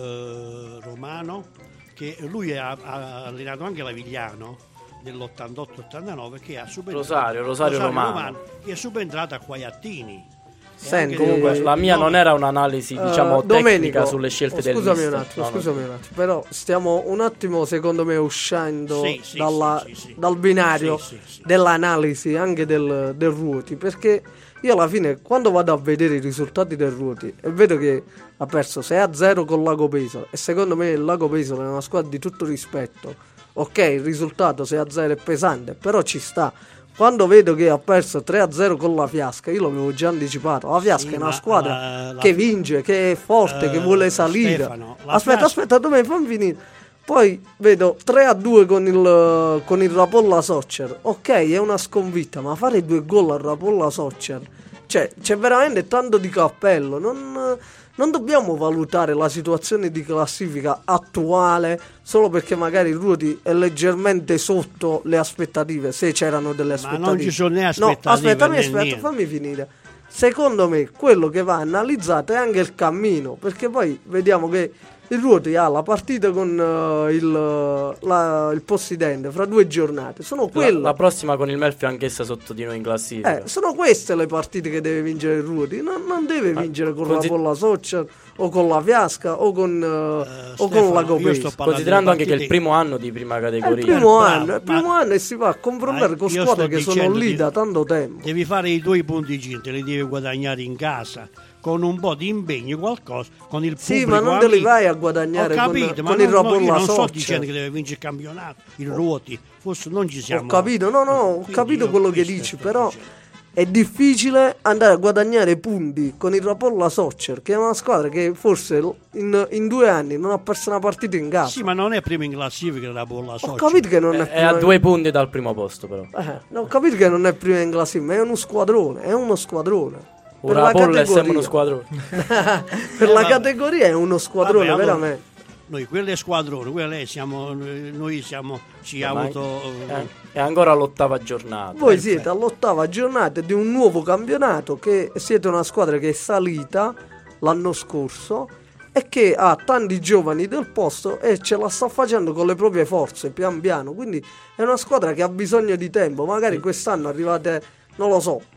eh, Romano, che lui ha, ha allenato anche la Vigliano nell'ottantotto ottantanove, che ha subentrato Rosario, Rosario Romano. che è subentrato a Guaiattini. Senti, anche- Comunque, la mia non era un'analisi, diciamo, Eh, tecnica Domenico, sulle scelte oh, del scusami mister. un attimo, No, no. scusami un attimo, però stiamo un attimo secondo me uscendo Sì, sì, dalla- sì, sì, sì. dal binario Sì, sì, sì. dell'analisi anche del, del Ruoti, perché io alla fine quando vado a vedere i risultati del Ruoti e vedo che ha perso sei a zero con Lago Pesaro e secondo me il Lago Pesaro è una squadra di tutto rispetto, ok, il risultato sei a zero è pesante, però ci sta. Quando vedo che ha perso tre a zero con la Fiasca, io l'avevo già anticipato. La Fiasca Sì, è una ma squadra la- la- che vince, che è forte, Eh, che vuole salire. Stefano, la Aspetta, Fiasca- aspetta, dove fammi finire. Poi vedo tre a due con il, con il Rapolla Soccer. Ok, è una sconfitta, ma fare due gol al Rapolla Soccer, cioè c'è veramente tanto di cappello. Non, non dobbiamo valutare la situazione di classifica attuale solo perché magari il Ruoti è leggermente sotto le aspettative, se c'erano delle Ma aspettative. non ci sono né No, aspettative aspetta, né aspetta, niente. fammi finire. Secondo me quello che va analizzato è anche il cammino, perché poi vediamo che il Ruoti ha la partita con eh, il, la- il Possidente fra due giornate. Sono La, quelle, la prossima con il Melfi anch'essa sotto di noi in classifica. eh, sono queste le partite che deve vincere il Ruoti. Non, non deve vincere con consi- la Polla Soccer o con la Fiasca o con, eh, o con Stefano, la io Copese. sto parlando Considerando di anche che è il partite- primo anno di prima È il categoria. primo Bravo, anno, è il primo ma- anno e si va a confrontare ma con io squadre sto che sono dicendo lì di- da tanto tempo. Devi fare i tuoi punticini, te li devi guadagnare in casa con un po' di impegno, qualcosa, con il Sì, pubblico ma non te li amico. vai a guadagnare Ho con, capito, ma con non, il no, io Rapolla non sto Soccer. dicendo che deve vincere il campionato, il Ruoti, forse non ci siamo. Ho capito, no, no, ho Quindi capito io quello che questo dici, sto però dicendo. è difficile andare a guadagnare punti con il Rapolla Soccer, che è una squadra che forse in, in due anni non ha perso una partita in casa. Sì, ma non è prima in classifica la Bolla Ho Soccer. capito che non è, È, è prima a due punti dal primo posto, però. eh, no, ho capito che non è prima in classifica, ma è uno squadrone, è uno squadrone. Ora Rapolla è sempre uno squadrone. per Eh, la vabbè. categoria è uno squadrone, Vabbè, allora- veramente. noi quelle squadrone, quelle siamo, noi siamo, ci ha Ma avuto... è, è ancora l'ottava giornata. Voi siete all'ottava giornata di un nuovo campionato, che siete una squadra che è salita l'anno scorso e che ha tanti giovani del posto e ce la sta facendo con le proprie forze pian piano, quindi è una squadra che ha bisogno di tempo. Magari quest'anno arrivate, non lo so,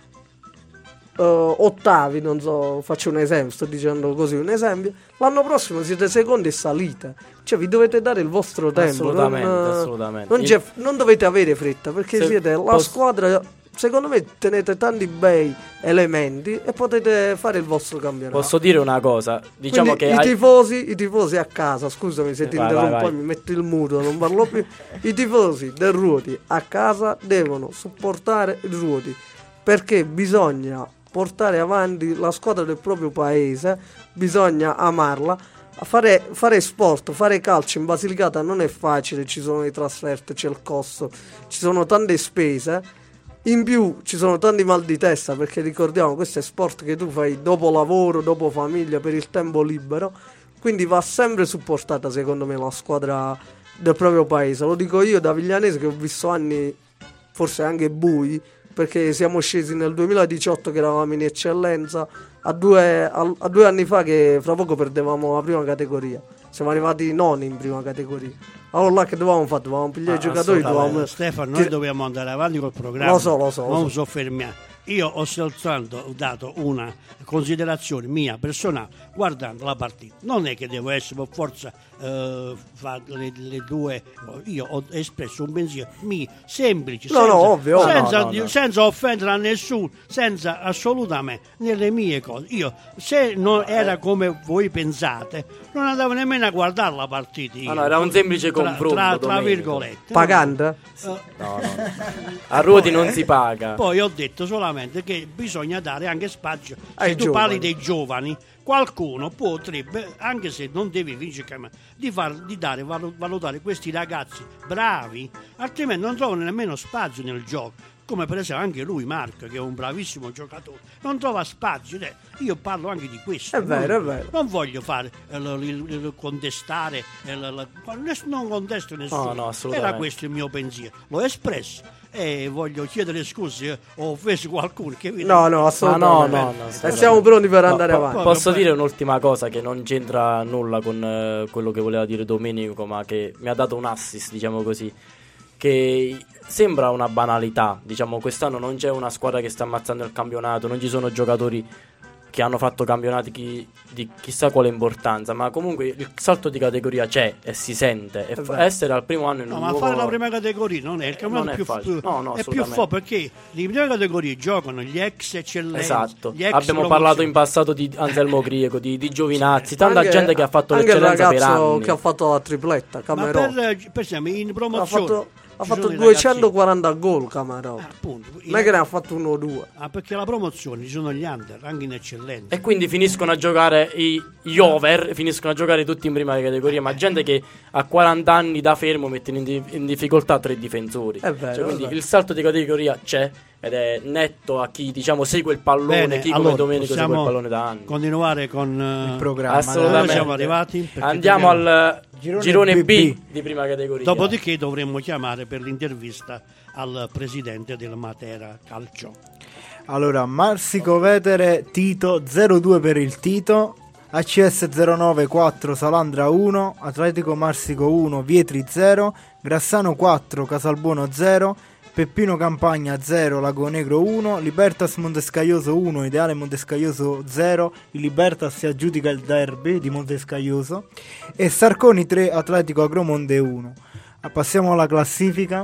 uh, ottavi, non so, faccio un esempio, sto dicendo così un esempio, l'anno prossimo siete secondi e salite, cioè vi dovete dare il vostro tempo. Assolutamente, non, assolutamente. non, c'è, non dovete avere fretta, perché Se siete la posso- squadra. Secondo me tenete tanti bei elementi e potete fare il vostro campionato. Posso dire una cosa? Diciamo Quindi che i, hai- tifosi, i tifosi a casa, scusami se ti Vai, interrompo, vai, poi vai. mi metto il muto, non parlo più. I tifosi del Ruoti a casa devono supportare il Ruoti, perché bisogna portare avanti la squadra del proprio paese, bisogna amarla. A fare, fare sport, fare calcio in Basilicata non è facile, ci sono le trasferte, c'è il costo, ci sono tante spese. In più ci sono tanti mal di testa, perché ricordiamo, questo è sport che tu fai dopo lavoro, dopo famiglia, per il tempo libero, quindi va sempre supportata secondo me la squadra del proprio paese. Lo dico io da viglianese, che ho visto anni forse anche bui, perché siamo scesi nel duemiladiciotto che eravamo in eccellenza, a due, a, a due anni fa che fra poco perdevamo la prima categoria, siamo arrivati noni in prima categoria. Allora là che dovevamo fare? Dovevamo pigliare i Ah, giocatori, assolutamente. dovevamo... Stefano, noi che- dobbiamo andare avanti col programma. Lo so, lo so, lo Non so. soffermiamo. Io ho soltanto dato una considerazione mia personale guardando la partita. Non è che devo essere per forza eh, fare le, le due. Io ho espresso un pensiero mio semplice, No, senza, no, ovvio, ovvio. senza, No, no, no. senza offendere a nessuno, senza assolutamente nelle mie cose. Io, se non era come voi pensate, non andavo nemmeno a guardare la partita. io. Ah, no, era un semplice Tra- confronto, Tra, tra Domenico. virgolette. Pagante? Eh, No, no. A Ruoti non si paga. Poi ho detto solamente che bisogna dare anche spazio. Se Ai tu giovani. parli dei giovani, qualcuno potrebbe, anche se non devi vincere, di, far, di dare, valu- valutare questi ragazzi bravi, altrimenti non trovano nemmeno spazio nel gioco. Come per esempio anche lui, Marco, che è un bravissimo giocatore, non trova spazio. Eh, Io parlo anche di questo. È vero, non, è vero. Non voglio fare eh, il, il- il contestare, eh, la- la- ness- non contesto nessuno. No, no, assolutamente. Era questo il mio pensiero. L'ho espresso e voglio chiedere scusi, eh, ho offeso qualcuno. Che vi- No, no, assolutamente. no, no, no, E assolutamente. siamo pronti per No, andare po- avanti. Posso Poi- dire un'ultima cosa che non c'entra nulla con eh, quello che voleva dire Domenico, ma che mi ha dato un assist, diciamo così. Che sembra una banalità, diciamo, quest'anno non c'è una squadra che sta ammazzando il campionato, non ci sono giocatori che hanno fatto campionati chi- di chissà quale importanza, ma comunque il salto di categoria c'è e si sente, e È fa- vero. essere al primo anno in No, un ma nuovo... fare la prima categoria non è il campionato Non è più, facile. No, no, è più assolutamente. forte, perché le prime categorie giocano gli ex eccellenza. Esatto, gli ex abbiamo promozioni. parlato in passato di Anselmo Grieco, di, di Giovinazzi, tanta Anche- gente che ha fatto anche il l'eccellenza per ragazzo anni. che ha fatto la tripletta, Ma Camerot. per, per esempio in Ha promozione fatto, ha ci fatto sono i duecentoquaranta gol Camerot. ragazzini- appunto, Non è che ne ha fatto uno o due. ah, perché la promozione ci sono gli under anche in eccellenza. E quindi finiscono a giocare i- gli over, finiscono a giocare tutti in prima categoria, ma gente che a quaranta anni da fermo mette in, di- in difficoltà tre difensori. È vero, Cioè, è quindi vero. il salto di categoria c'è ed è netto a chi, diciamo, segue il pallone, Bene, chi allora, come Domenico segue il possiamo pallone da anni. continuare con eh, Il programma. Assolutamente. dove siamo arrivati? Perché Andiamo dobbiamo- al Girone girone, B B, B di prima categoria. Dopodiché dovremmo chiamare per l'intervista al presidente del Matera Calcio. Allora, Marsico Vetere Tito zero due per il Tito, A C S zero nove quattro Salandra uno, Atletico Marsico uno Vietri zero, Grassano quattro Casalbuono zero, Peppino Campagna zero Lago Negro uno, Libertas Montescaglioso uno Ideale Montescaglioso zero, il Libertas si aggiudica il derby di Montescaglioso, e Sarconi tre Atletico Agromonte uno. Passiamo alla classifica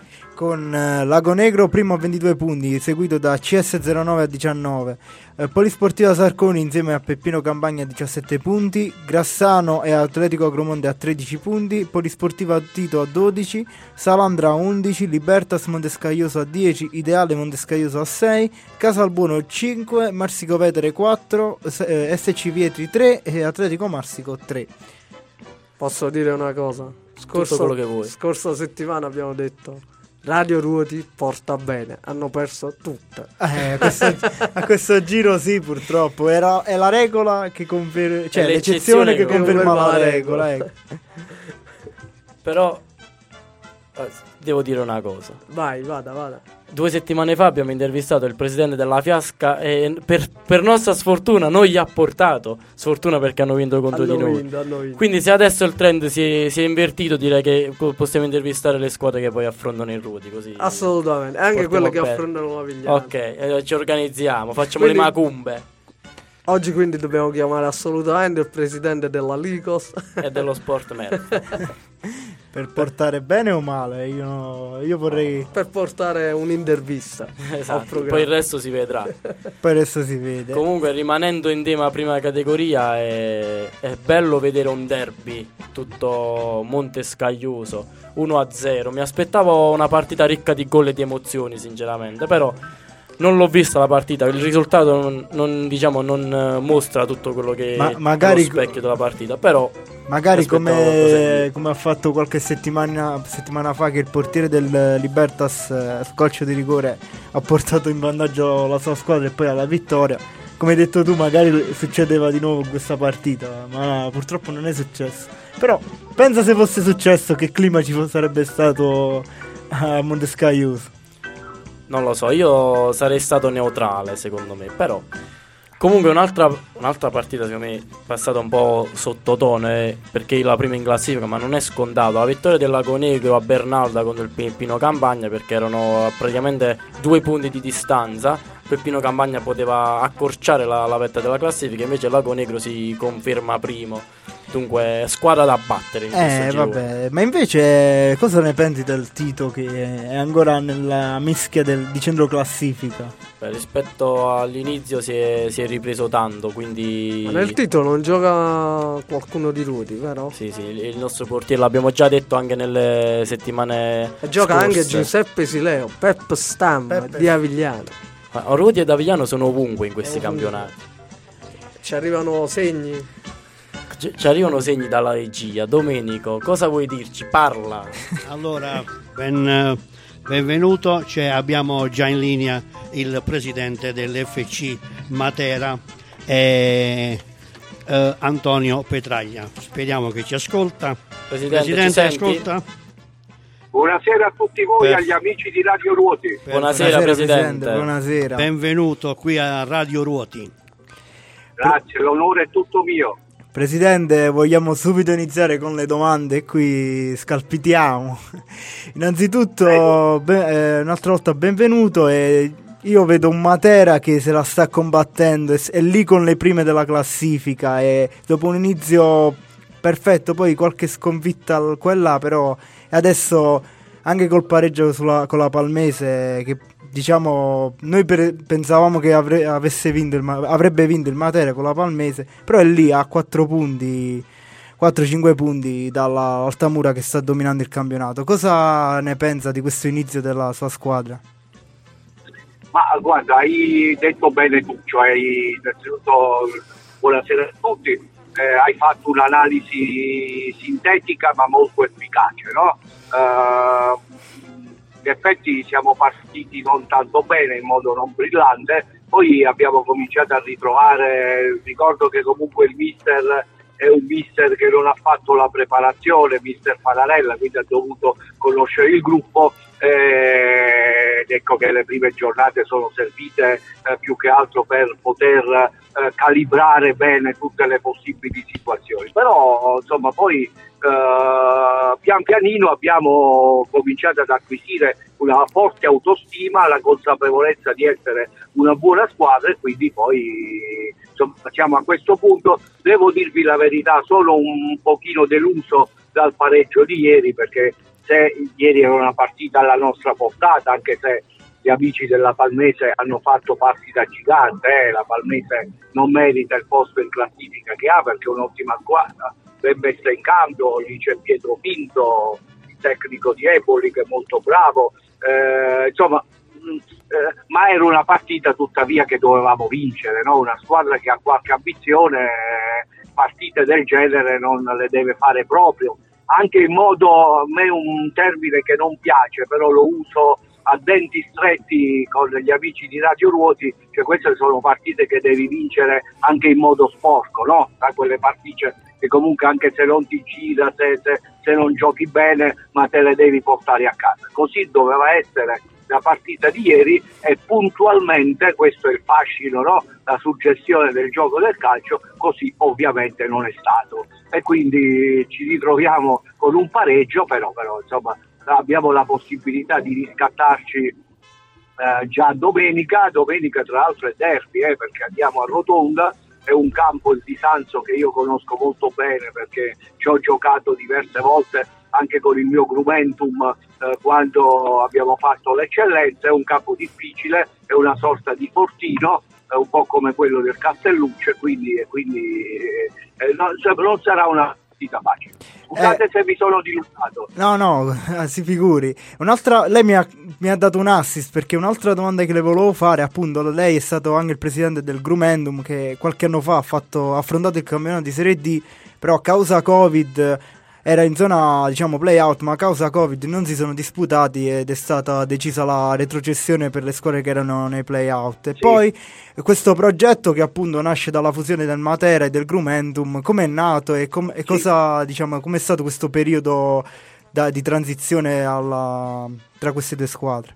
con eh, Lago Negro primo a ventidue punti, seguito da C S zero nove a diciannove, eh, Polisportiva Sarconi insieme a Peppino Campagna a diciassette punti, Grassano e Atletico Agromonte a tredici punti, Polisportiva Tito a dodici, Salandra a undici, Libertas Montescaglioso a dieci, Ideale Montescaglioso a sei, Casalbuono cinque, Marsico Vetere quattro, S- eh, S C Vietri tre e Atletico Marsico tre. Posso dire una cosa? Scorsa, quello che vuoi. scorsa settimana abbiamo detto Radio Ruoti porta bene, hanno perso tutte. Eh, a, questo, a questo giro sì, purtroppo. Era, è la regola che conferma, cioè È l'eccezione l'eccezione che che conferma conferma la la regola. regola. Ecco. Però eh, devo dire una cosa. Vai, vada, vada. Due settimane fa abbiamo intervistato il presidente della Fiasca e per, per nostra sfortuna non gli ha portato. Sfortuna perché hanno vinto contro Hanno di noi. vinto, hanno vinto. Quindi se adesso il trend si è, si è invertito, direi che po- possiamo intervistare le squadre che poi affrontano i Ruoti, così. Assolutamente, anche portiamo quelle che bene. affrontano la Vigliana. Ok, eh, ci organizziamo, facciamo Quindi- le macumbe Oggi quindi dobbiamo chiamare assolutamente il presidente della Ligos. e dello sport merda. Per portare bene o male, io, io vorrei. Per portare un'intervista al Esatto, programma. poi il resto si vedrà. Poi adesso si vede. Comunque, rimanendo in tema prima categoria, è, è bello vedere un derby tutto montescaglioso, uno a zero. Mi aspettavo una partita ricca di gol e di emozioni, sinceramente, però non l'ho vista la partita. Il risultato non, non, diciamo, non eh, mostra tutto quello che Ma- è magari- lo specchio della partita, però Magari mi aspettavo come, qualcosa di- come ha fatto qualche settimana, settimana fa, che il portiere del Libertas, eh, su calcio di rigore, ha portato in vantaggio la sua squadra e poi alla vittoria. Come hai detto tu, magari succedeva di nuovo in questa partita, ma purtroppo non è successo. Però pensa se fosse successo, che clima ci fo- sarebbe stato a Montescaglioso. non lo so, io sarei stato neutrale secondo me, però comunque un'altra, un'altra partita secondo me è passata un po' sottotono, eh, perché è la prima in classifica, ma non è scontato. La vittoria del Lago Negro a Bernalda contro il Pino Campagna, perché erano praticamente due punti di distanza. Il Pino Campagna poteva accorciare la, la vetta della classifica, invece il Lago Negro si conferma primo. Dunque squadra da battere in questo Eh girone. vabbè, ma invece cosa ne pensi del Tito che è ancora nella mischia del, di centro classifica? Beh, rispetto all'inizio si è, si è ripreso tanto, quindi Ma nel titolo non gioca qualcuno di Ruoti, vero? sì, sì, il il nostro portiere l'abbiamo già detto anche nelle settimane E gioca scorse. anche Giuseppe Sileo, Pep Stam Peppe. di Avigliano. Ma Ruoti e Davigliano sono ovunque in questi Ovunque. campionati. Ci arrivano segni. Ci ci arrivano segni dalla regia. Domenico, cosa vuoi dirci? Parla. Allora, ben, eh, benvenuto. Cioè, abbiamo già in linea il presidente dell'F C Matera, eh, eh, Antonio Petraglia. Speriamo che ci ascolta. Presidente, ci Presidente, senti? ascolta? Buonasera a tutti voi, Per- agli amici di Radio Ruoti. Buonasera, Presidente. Buonasera. Benvenuto qui a Radio Ruoti. Grazie, l'onore è tutto mio. Presidente, vogliamo subito iniziare con le domande, qui scalpitiamo. Innanzitutto, be- eh, un'altra volta benvenuto, e io vedo un Matera che se la sta combattendo, è, è lì con le prime della classifica, e dopo un inizio perfetto, poi qualche sconfitta al- quella, però adesso anche col pareggio sulla- con la Palmese, che diciamo noi per- pensavamo che avre- avesse vinto il Ma- avrebbe vinto il Matera con la Palmese, però è lì a quattro punti, quattro cinque punti dalla Altamura che sta dominando il campionato. Cosa ne pensa di questo inizio della sua squadra? Ma guarda, hai detto bene tu, cioè innanzitutto buonasera a tutti, eh, hai fatto un'analisi sintetica ma molto efficace, no? Eh, in effetti siamo partiti non tanto bene, in modo non brillante, poi abbiamo cominciato a ritrovare, ricordo che comunque il mister è un mister che non ha fatto la preparazione, mister Panarella, quindi ha dovuto conoscere il gruppo, eh, ed ecco che le prime giornate sono servite eh, più che altro per poter eh, calibrare bene tutte le possibili situazioni, però insomma poi Uh, pian pianino abbiamo cominciato ad acquisire una forte autostima, la consapevolezza di essere una buona squadra, e quindi poi insomma siamo a questo punto. Devo dirvi la verità, sono un pochino deluso dal pareggio di ieri, perché se ieri era una partita alla nostra portata, anche se gli amici della Palmese hanno fatto passi da gigante, eh, la Palmese non merita il posto in classifica che ha, perché è un'ottima squadra, ben messa in cambio. Lì c'è Pietro Pinto, il tecnico di Empoli, che è molto bravo, eh, insomma mh, eh, ma era una partita tuttavia che dovevamo vincere, no? Una squadra che ha qualche ambizione, eh, partite del genere non le deve fare proprio, anche in modo, a me un termine che non piace, però lo uso a denti stretti con gli amici di Radio Ruoti, che queste sono partite che devi vincere anche in modo sporco, no? Da quelle partite che comunque anche se non ti gira, se, se, se non giochi bene, ma te le devi portare a casa. Così doveva essere la partita di ieri e puntualmente, questo è il fascino, no? La suggestione del gioco del calcio, così ovviamente non è stato. E quindi ci ritroviamo con un pareggio, però, però insomma abbiamo la possibilità di riscattarci eh, già domenica, domenica tra l'altro è derby, eh, perché andiamo a Rotonda, è un campo, il di Sanzo, che io conosco molto bene perché ci ho giocato diverse volte anche con il mio Grumentum eh, quando abbiamo fatto l'eccellenza. È un campo difficile, è una sorta di fortino, è un po' come quello del Castelluccio, quindi, quindi eh, non, non sarà una partita facile. Scusate eh, se mi sono dilungato. No, no, si figuri. Un'altra, lei mi ha, mi ha dato un assist, perché un'altra domanda che le volevo fare, appunto, lei è stato anche il presidente del Grumendum che qualche anno fa ha, fatto, ha affrontato il campionato di Serie D, però a causa Covid era in zona, diciamo, play-out, ma a causa Covid non si sono disputati ed è stata decisa la retrocessione per le squadre che erano nei play-out. E sì. Poi questo progetto, che appunto nasce dalla fusione del Matera e del Grumentum, come è nato e, com- e cosa, sì. diciamo, com'è stato questo periodo da, di transizione alla, tra queste due squadre?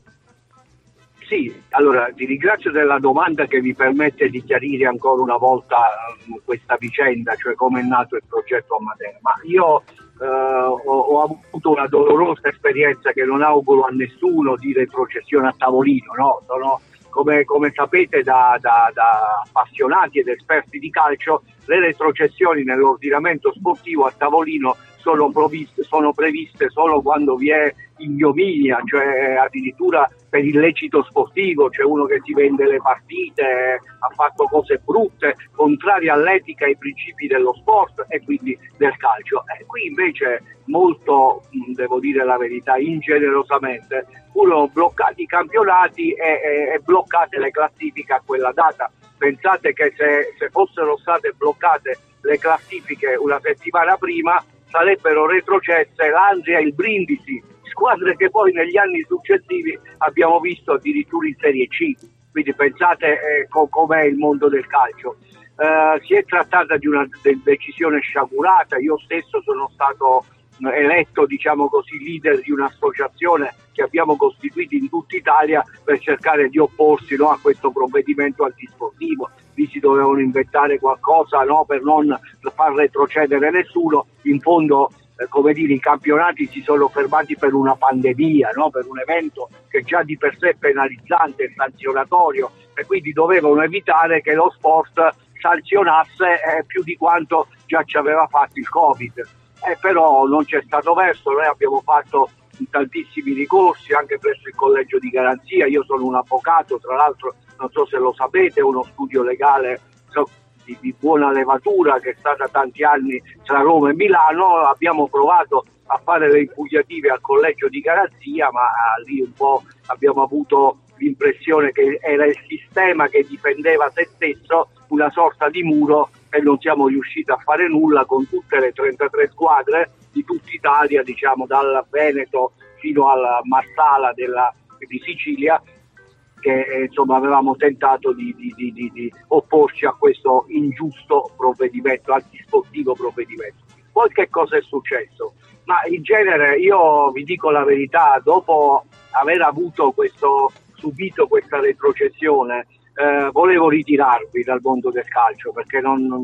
Sì, allora ti ringrazio della domanda che mi permette di chiarire ancora una volta um, questa vicenda, cioè come è nato il progetto a Matera. Ma io Uh, ho, ho avuto una dolorosa esperienza che non auguro a nessuno, di retrocessione a tavolino, no? Sono, come, come sapete da, da, da appassionati ed esperti di calcio, le retrocessioni nell'ordinamento sportivo a tavolino sono, provviste, sono previste solo quando vi è ignominia, cioè addirittura per illecito sportivo, cioè uno che si vende le partite, ha fatto cose brutte, contrarie all'etica e ai principi dello sport e quindi del calcio. E qui invece molto, devo dire la verità, ingenerosamente, furono bloccati i campionati e, e, e bloccate le classifiche a quella data. Pensate che se, se fossero state bloccate le classifiche una settimana prima, sarebbero retrocesse l'Andria e il Brindisi, squadre che poi negli anni successivi abbiamo visto addirittura in Serie C. Quindi pensate eh, co- com'è il mondo del calcio. Eh, si è trattata di una de- decisione sciagurata. Io stesso sono stato eletto, diciamo così, leader di un'associazione che abbiamo costituito in tutta Italia per cercare di opporsi, no, a questo provvedimento antisportivo. Lì si dovevano inventare qualcosa, no, per non far retrocedere nessuno. In fondo, eh, come dire, i campionati si sono fermati per una pandemia, no, per un evento che già di per sé è penalizzante e sanzionatorio, e quindi dovevano evitare che lo sport sanzionasse eh, più di quanto già ci aveva fatto il Covid. Eh, però non c'è stato verso. Noi abbiamo fatto tantissimi ricorsi anche presso il collegio di garanzia. Io sono un avvocato, tra l'altro, non so se lo sapete, uno studio legale so, di, di buona levatura che è stata tanti anni tra Roma e Milano. Abbiamo provato a fare le impugnative al collegio di garanzia, ma ah, lì un po' abbiamo avuto l'impressione che era il sistema che difendeva se stesso, una sorta di muro, e non siamo riusciti a fare nulla con tutte le trentatré squadre di tutta Italia, diciamo dal Veneto fino alla Marsala della, di Sicilia, che eh, insomma avevamo tentato di, di, di, di, di opporci a questo ingiusto provvedimento, antisportivo provvedimento. Poi che cosa è successo? Ma in genere, io vi dico la verità, dopo aver avuto questo, subito questa retrocessione, Eh, volevo ritirarmi dal mondo del calcio perché non, non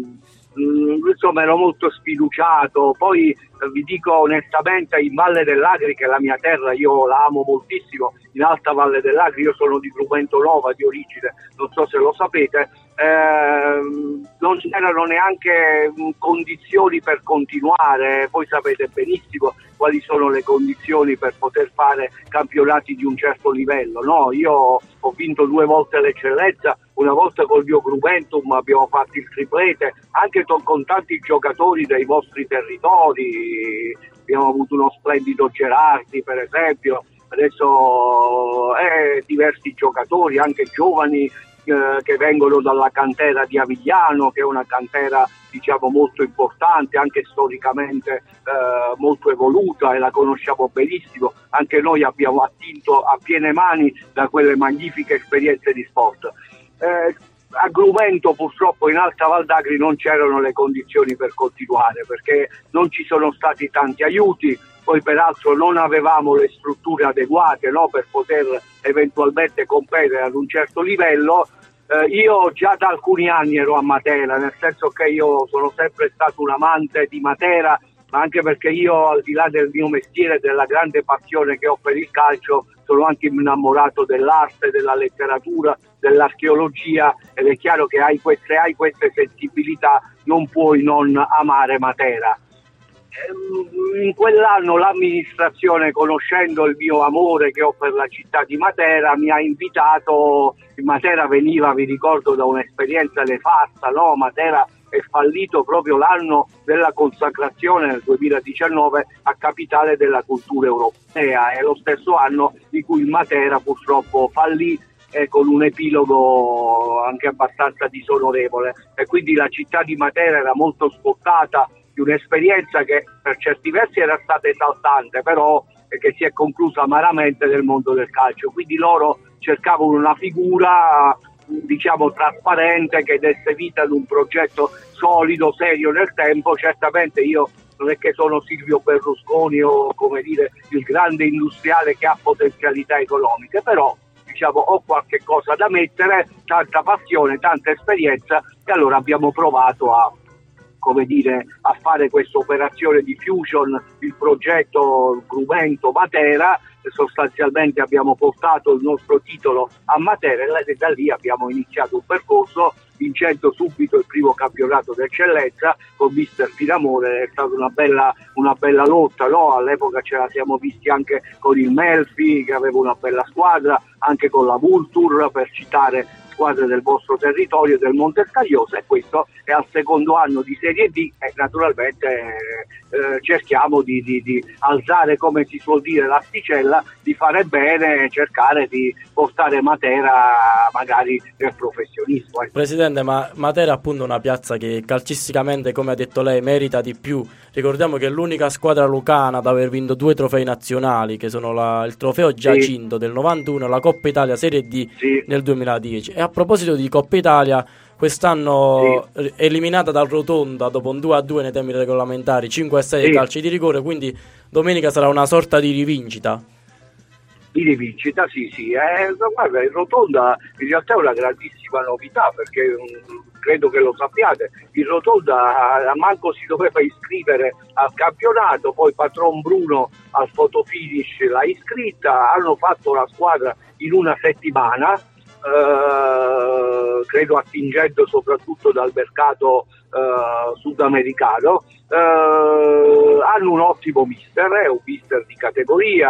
mh, insomma ero molto sfiduciato. Poi eh, vi dico onestamente, in Valle dell'Agri, che è la mia terra, io la amo moltissimo, in Alta Valle dell'Agri, io sono di Grumento Nova di origine, non so se lo sapete, eh, non c'erano neanche mh, condizioni per continuare. Voi sapete benissimo quali sono le condizioni per poter fare campionati di un certo livello, no? Io ho vinto due volte l'eccellenza, una volta col mio Grumentum abbiamo fatto il triplete, anche to- con tanti giocatori dei vostri territori. Abbiamo avuto uno splendido Gerardi, per esempio, adesso eh, diversi giocatori, anche giovani, eh, che vengono dalla cantera di Avigliano, che è una cantera diciamo molto importante, anche storicamente eh, molto evoluta, e la conosciamo benissimo. Anche noi abbiamo attinto a piene mani da quelle magnifiche esperienze di sport. Eh, a Grumento purtroppo in Alta Val d'Agri non c'erano le condizioni per continuare, perché non ci sono stati tanti aiuti, poi peraltro non avevamo le strutture adeguate, no, per poter eventualmente competere ad un certo livello. Eh, io già da alcuni anni ero a Matera, nel senso che io sono sempre stato un amante di Matera, ma anche perché io, al di là del mio mestiere, della grande passione che ho per il calcio, sono anche innamorato dell'arte, della letteratura, dell'archeologia, ed è chiaro che hai queste, hai queste sensibilità, non puoi non amare Matera. In quell'anno l'amministrazione, conoscendo il mio amore che ho per la città di Matera, mi ha invitato. Matera veniva, vi ricordo, da un'esperienza nefasta, no? Matera è fallito proprio l'anno della consacrazione nel duemiladiciannove a capitale della cultura europea, è lo stesso anno di cui il Matera purtroppo fallì, eh, con un epilogo anche abbastanza disonorevole, e quindi la città di Matera era molto scottata di un'esperienza che per certi versi era stata esaltante, però eh, che si è conclusa amaramente nel mondo del calcio. Quindi loro cercavano una figura diciamo trasparente, che desse vita ad un progetto solido, serio nel tempo. Certamente io non è che sono Silvio Berlusconi o, come dire, il grande industriale che ha potenzialità economiche, però diciamo ho qualche cosa da mettere, tanta passione, tanta esperienza, e allora abbiamo provato a come dire, a fare questa operazione di fusion, il progetto Grumento Matera. Sostanzialmente abbiamo portato il nostro titolo a Matera e da lì abbiamo iniziato un percorso, vincendo subito il primo campionato d'eccellenza con mister Finamore. È stata una bella, una bella lotta, no? All'epoca ce la siamo visti anche con il Melfi, che aveva una bella squadra, anche con la Vulture, per citare squadre del vostro territorio, del Montescagliosa, e questo è al secondo anno di Serie D, e naturalmente eh, cerchiamo di, di, di alzare, come si suol dire, l'asticella, di fare bene, cercare di portare Matera magari nel professionismo. Eh. Presidente, ma Matera è appunto una piazza che calcisticamente, come ha detto lei, merita di più. Ricordiamo che è l'unica squadra lucana ad aver vinto due trofei nazionali, che sono la, il trofeo Giacinto sì. del novantuno e la Coppa Italia Serie D sì. nel duemiladieci. E a proposito di Coppa Italia, quest'anno sì. eliminata dal Rotonda dopo un due a due nei tempi regolamentari, cinque a sei sì. calci di rigore, quindi domenica sarà una sorta di rivincita. Di rivincita, sì, sì. Eh, guarda, il Rotonda in realtà è una grandissima novità, perché um, credo che lo sappiate, il Rotonda manco si doveva iscrivere al campionato, poi Patron Bruno al fotofinish l'ha iscritta, hanno fatto la squadra in una settimana, eh, credo attingendo soprattutto dal mercato eh, sudamericano. Eh, hanno un ottimo mister, è un mister di categoria,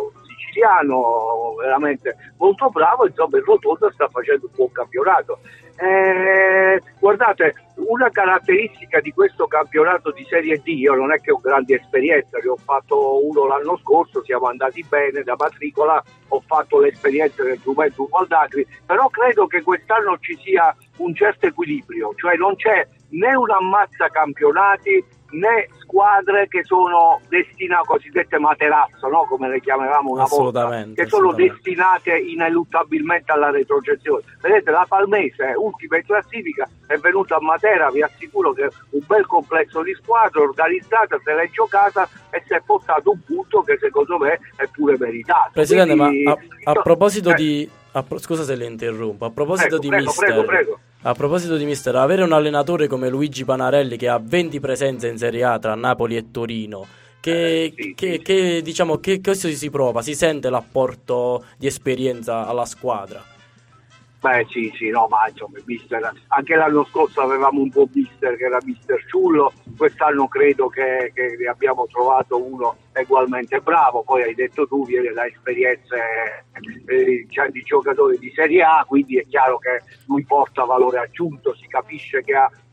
veramente molto bravo, insomma il Rotonda sta facendo un buon campionato. Eh, guardate, una caratteristica di questo campionato di Serie D, io non è che ho grandi esperienze, ne ho fatto uno l'anno scorso, siamo andati bene da matricola, ho fatto l'esperienza del Grumento Val d'Agri, però credo che quest'anno ci sia un certo equilibrio, cioè non c'è né un ammazza campionati né squadre che sono destinate, cosiddette materazzo, no? Come le chiamavamo una volta, che sono destinate ineluttabilmente alla retrocessione. Vedete, la Palmese, ultima in classifica, è venuta a Matera, vi assicuro che un bel complesso di squadre, organizzata, se l'è giocata e si è portato un punto che secondo me è pure meritato. Presidente, Quindi, ma a, a proposito eh. di a, scusa se le interrompo, a proposito prego, di prego, mister prego, prego. A proposito di mister, avere un allenatore come Luigi Panarelli, che ha venti presenze in Serie A tra Napoli e Torino, che, eh, sì, che, sì. che diciamo che questo si prova, si sente l'apporto di esperienza alla squadra? Beh sì, sì, no, ma insomma il mister, anche l'anno scorso avevamo un buon mister che era mister Ciullo, quest'anno credo che, che ne abbiamo trovato uno ugualmente bravo, poi hai detto tu, viene da esperienze eh, di giocatori di Serie A, quindi è chiaro che lui porta valore aggiunto, si capisce che ha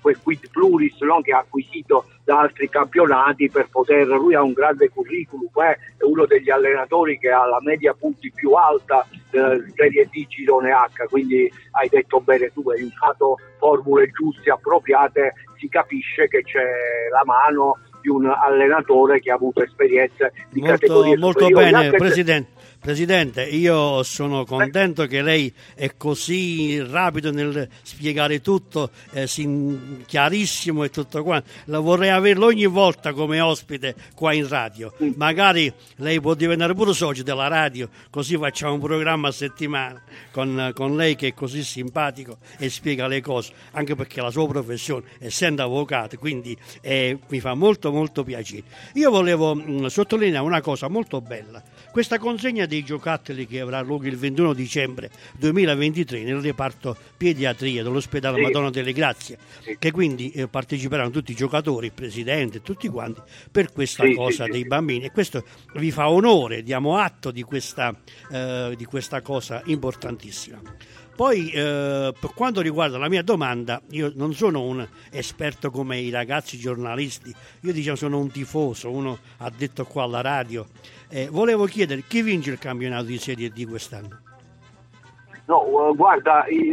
quel quid pluris, no? Che ha acquisito da altri campionati per poter, lui ha un grande curriculum, eh? È uno degli allenatori che ha la media punti più alta della Serie D Girone H, quindi hai detto bene tu, hai usato formule giuste, appropriate, si capisce che c'è la mano di un allenatore che ha avuto esperienze di molto, categorie molto superiori. bene, Anche Presidente. Presidente, io sono contento che lei è così rapido nel spiegare tutto, eh, sin- chiarissimo e tutto quanto. La vorrei averlo ogni volta come ospite qua in radio. Magari lei può diventare pure socio della radio, così facciamo un programma a settimana con, con lei che è così simpatico e spiega le cose, anche perché la sua professione, essendo avvocato, quindi eh, mi fa molto molto piacere. Io volevo mh, sottolineare una cosa molto bella. Questa consegna dei giocattoli che avrà luogo il ventuno dicembre duemilaventitré nel reparto pediatria dell'ospedale Sì. Madonna delle Grazie, Sì. che quindi eh, parteciperanno tutti i giocatori, il presidente, tutti quanti per questa Sì, cosa sì, dei sì. bambini, e questo vi fa onore, diamo atto di questa, eh, di questa cosa importantissima. Poi eh, per quanto riguarda la mia domanda, io non sono un esperto come i ragazzi giornalisti, io diciamo sono un tifoso, uno ha detto qua alla radio. Eh, volevo chiedere chi vince il campionato di Serie D quest'anno? No, uh, guarda, eh,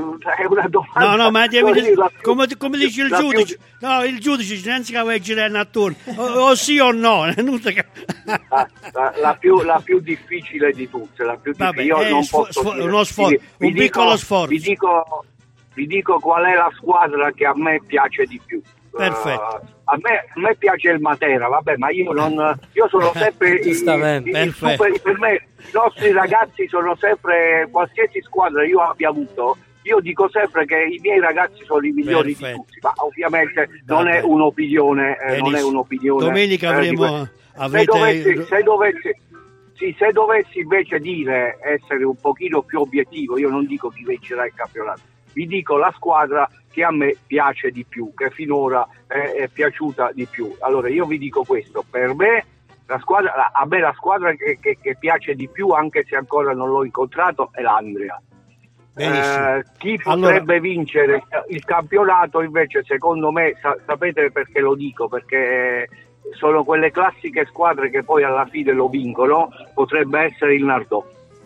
è una domanda. No, no, ma devi così, dire- la più- come, come dice il la più- giudice, no, il giudice non si va girare attorno, o, o sì o no. è inutile che- la, la- la più, la più difficile di tutte, la più Vabbè, difficile. Io è non sfo- posso sfo- dire. uno sforzo, Vi- vi un piccolo dico- sforzo. Vi dico, vi dico qual è la squadra che a me piace di più. Perfetto. Uh, a, me, a me piace il Matera, vabbè, ma io non io sono sempre i- Giustamente. i- i Perfetto. super- per me i nostri ragazzi sono sempre, qualsiasi squadra io abbia avuto, io dico sempre che i miei ragazzi sono i migliori Perfetto. di tutti, ma ovviamente non Vabbè. è un'opinione, eh, non è Benissimo. un'opinione. Domenica eh, di avremo questo. avrete Se dovessi, se dovessi sì, se dovessi invece dire, essere un pochino più obiettivo, io non dico chi vincerà il campionato, vi dico la squadra che a me piace di più, che finora è, è piaciuta di più. Allora io vi dico questo, per me la squadra, a me la squadra che, che, che piace di più, anche se ancora non l'ho incontrato, è l'Andria. Benissimo. Eh, chi potrebbe Allora- vincere il campionato invece, secondo me, sa- sapete perché lo dico? Perché sono quelle classiche squadre che poi alla fine lo vincono, potrebbe essere il Nardò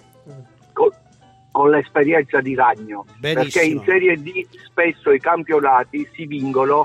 con, con l'esperienza di Ragno. Benissimo. Perché in Serie D spesso i campionati si vincono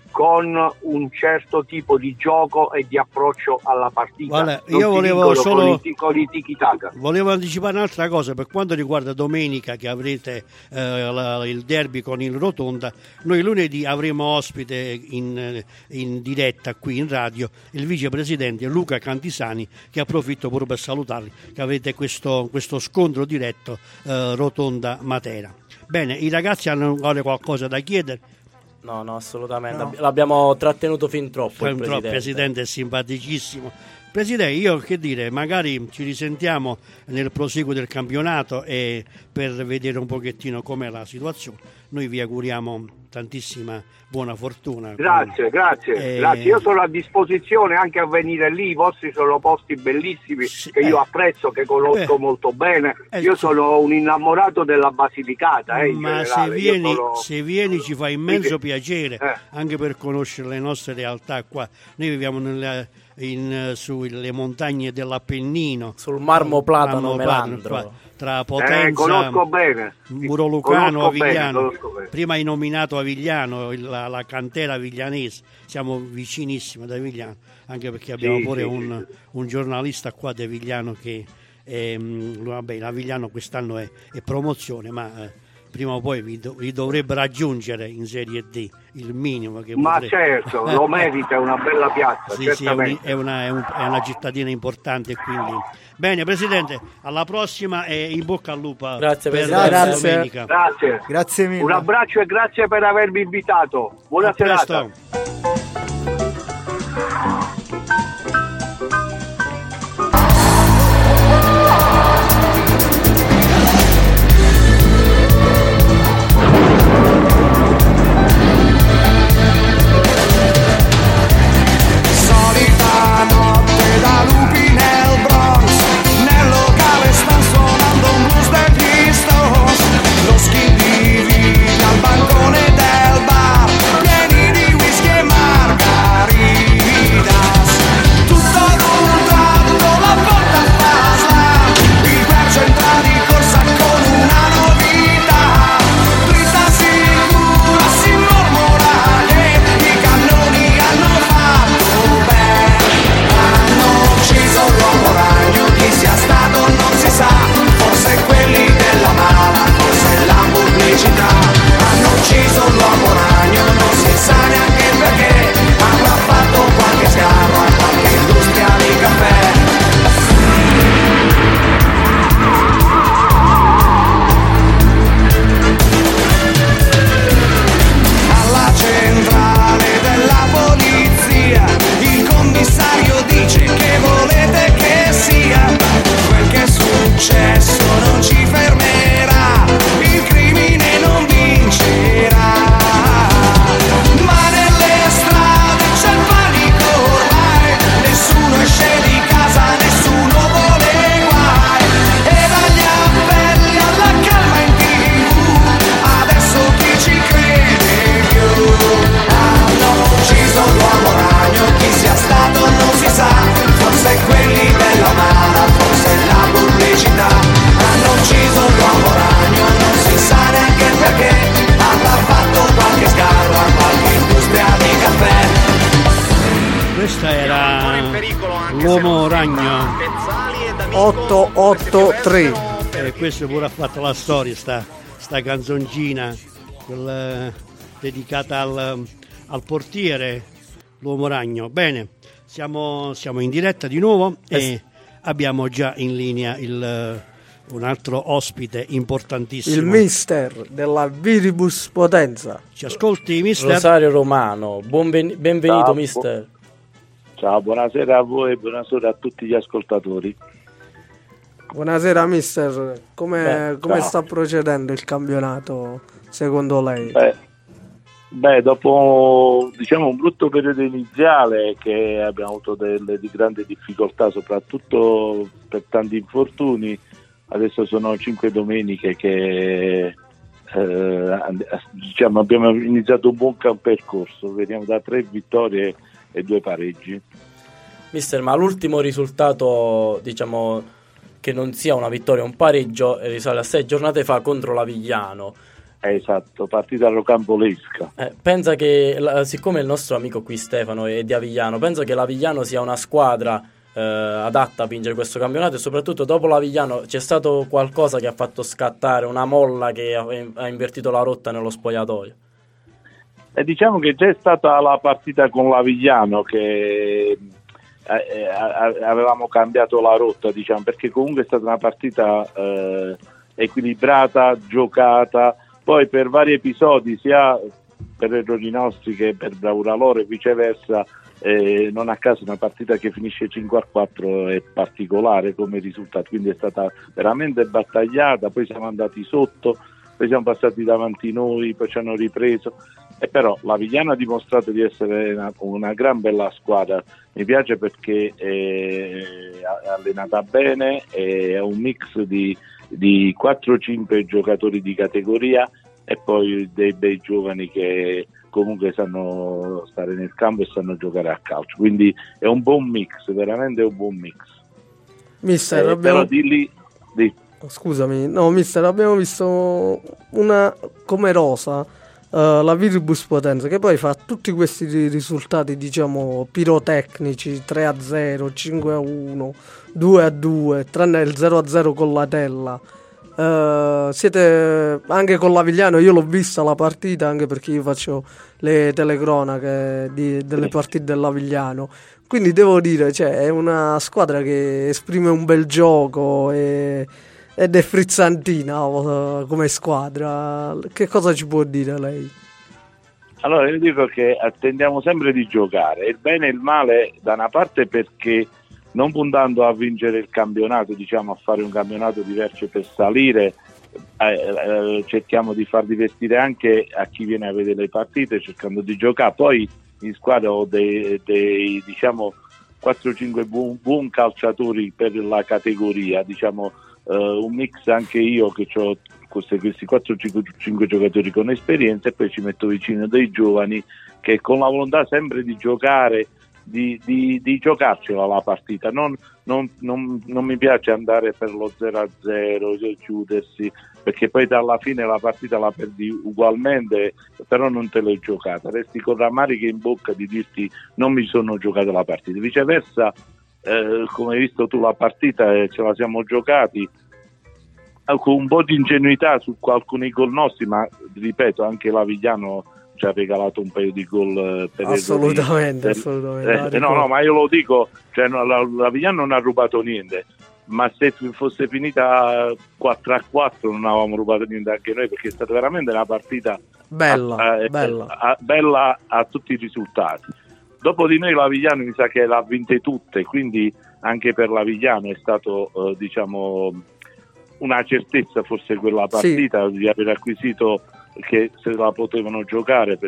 con un certo tipo di gioco e di approccio alla partita. Guarda, Non io si volevo vincono solo- con i, con i tiki-taka. Volevo anticipare un'altra cosa per quanto riguarda domenica, che avrete eh, la- il derby con il Rotonda. Noi lunedì avremo ospite in, eh, in diretta qui in radio il vicepresidente Luca Cantisani, che approfitto pure per salutarli, che avete questo, questo scontro diretto eh, Rotonda Matera. Bene, i ragazzi hanno ancora qualcosa da chiedere? No, no, assolutamente. No. Abbi- L'abbiamo trattenuto fin troppo. Il Il presidente. presidente è simpaticissimo. Presidente, io che dire, magari ci risentiamo nel proseguo del campionato e per vedere un pochettino com'è la situazione. Noi vi auguriamo tantissima buona fortuna. Grazie, grazie, Eh, grazie. Io sono a disposizione anche a venire lì, i vostri sono posti bellissimi Sì, che io eh. apprezzo, che conosco Eh. molto bene. Eh, Io sì. sono un innamorato della Basilicata, eh, in Ma se generale. Io vieni, sono- se vieni ci fa immenso Quindi- piacere Eh. anche per conoscere le nostre realtà qua. Noi viviamo nelle, in, sulle montagne dell'Appennino, Sul marmo platano Marmo melandro. qua, tra Eh, Potenza, conosco bene. Muro Lucano, Conosco bene, Avigliano. conosco bene. Prima hai nominato Avigliano, il- la, la cantera aviglianese, siamo vicinissimi ad Avigliano, anche perché abbiamo Sì, pure sì, un, sì. un giornalista qua di Avigliano che è, mh, vabbè, l'Avigliano quest'anno è, è promozione, ma eh, prima o poi vi, do- vi dovrebbe raggiungere in Serie D il minimo che Ma potre- certo, lo merita, è una bella piazza, Sì, sì, è, un- certamente. è una, è un- è una cittadina importante, quindi bene Presidente, alla prossima e in bocca al lupo Grazie, per Presidente. la Grazie. domenica. Grazie. Grazie mille. Un abbraccio e grazie per avermi invitato. Buona A presto. serata. Solita notte da lupi nel Bronx, nel locale sta suonando un blues degli Stones. Lo skin di vino al bancone del bar, otto otto tre. E questo pure ha fatto la storia, sta, sta canzoncina quel, dedicata al, al portiere, l'uomo ragno. Bene, siamo, siamo in diretta di nuovo e abbiamo già in linea il, un altro ospite importantissimo. Il mister della Viribus Potenza. Ci ascolti, mister? Rosario Romano, buon ben- benvenuto Ciao, mister. Ciao, buonasera a voi e buonasera a tutti gli ascoltatori. Buonasera mister, come, Beh, come ciao. sta procedendo il campionato secondo lei? Beh, beh, dopo diciamo un brutto periodo iniziale che abbiamo avuto delle di grande difficoltà, soprattutto per tanti infortuni, adesso sono cinque domeniche che eh, diciamo abbiamo iniziato un buon percorso, veniamo da tre vittorie e due pareggi. Mister, ma l'ultimo risultato, diciamo, che non sia una vittoria o un pareggio, risale a sei giornate fa contro l'Avigliano. Esatto, partita rocambolesca. Eh, pensa che, la- siccome il nostro amico qui Stefano è di Avigliano, pensa che l'Avigliano sia una squadra eh, adatta a vincere questo campionato, e soprattutto dopo l'Avigliano c'è stato qualcosa che ha fatto scattare una molla che ha, ha invertito la rotta nello spogliatoio. E diciamo che già è stata la partita con l'Avigliano che eh, eh, avevamo cambiato la rotta, diciamo, perché comunque è stata una partita eh, equilibrata, giocata, poi per vari episodi, sia per errori nostri che per bravura loro e viceversa, eh, non a caso una partita che finisce cinque a quattro è particolare come risultato, quindi è stata veramente battagliata, poi siamo andati sotto, poi siamo passati davanti noi, poi ci hanno ripreso. E però l'Avigliano ha dimostrato di essere una, una gran bella squadra, mi piace perché è allenata bene, è un mix di, di quattro cinque giocatori di categoria e poi dei bei giovani che comunque sanno stare nel campo e sanno giocare a calcio, quindi è un buon mix, veramente un buon mix. Mister, Eh, abbiamo... però di lì di, Scusami, no mister, abbiamo visto una come rosa, uh, la Viribus Potenza, che poi fa tutti questi ri- risultati, diciamo, pirotecnici, tre a zero, cinque a uno, due a due, tranne il zero a zero con la Tella. Uh, siete anche con l'Avigliano, io l'ho vista la partita anche perché io faccio le telecronache di, delle partite dell'Avigliano, quindi devo dire, cioè, è una squadra che esprime un bel gioco e, ed è frizzantina uh, come squadra. Che cosa ci può dire lei? Allora io dico che attendiamo sempre di giocare, il bene e il male da una parte, perché non puntando a vincere il campionato, diciamo a fare un campionato diverso per salire, eh, eh, cerchiamo di far divertire anche a chi viene a vedere le partite cercando di giocare. Poi in squadra ho dei, dei diciamo quattro cinque buon, buon calciatori per la categoria, diciamo eh, un mix anche io che ho questi, questi quattro cinque giocatori con esperienza, e poi ci metto vicino dei giovani che con la volontà sempre di giocare, Di, di, di giocarcela la partita, non, non, non, non mi piace andare per lo zero a zero, chiudersi, perché poi alla fine la partita la perdi ugualmente, però non te l'hai giocata, resti con rammarico in bocca di dirti non mi sono giocato la partita. Viceversa, eh, come hai visto tu la partita, eh, ce la siamo giocati con un po' di ingenuità su alcuni gol nostri, ma ripeto anche l'Avigliano ci ha regalato un paio di gol per Assolutamente, errori. assolutamente. Eh, no, no, ma io lo dico, cioè, no, la, la Vigliano non ha rubato niente, ma se fosse finita quattro a quattro non avevamo rubato niente anche noi, perché è stata veramente una partita Bella, a, a, bella. A, a, bella a tutti i risultati. Dopo di noi la Vigliano mi sa che l'ha vinte tutte, quindi anche per la Vigliano è stato eh, diciamo una certezza forse quella partita, sì, di aver acquisito che se la potevano giocare,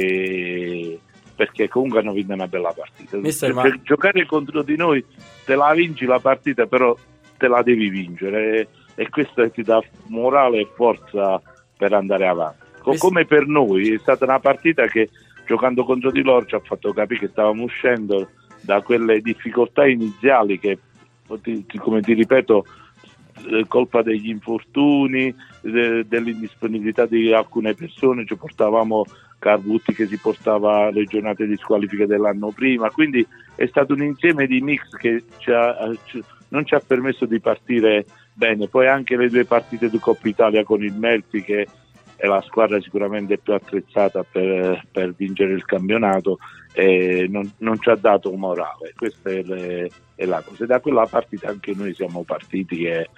perché perché comunque hanno vinto una bella partita. Mister, per, ma... per giocare contro di noi te la vinci la partita, però te la devi vincere, e, e questo ti dà morale e forza per andare avanti. Co- Mister... come per noi è stata una partita che giocando contro di loro ci ha fatto capire che stavamo uscendo da quelle difficoltà iniziali che, come ti ripeto, colpa degli infortuni, de, dell'indisponibilità di alcune persone, ci portavamo Carbutti che si portava le giornate di squalifica dell'anno prima, quindi è stato un insieme di mix che ci ha, ci, non ci ha permesso di partire bene. Poi anche le due partite di Coppa Italia con il Melfi, che è la squadra sicuramente più attrezzata per, per vincere il campionato, e non, non ci ha dato un morale. Questa è, le, è la cosa. E da quella partita anche noi siamo partiti e,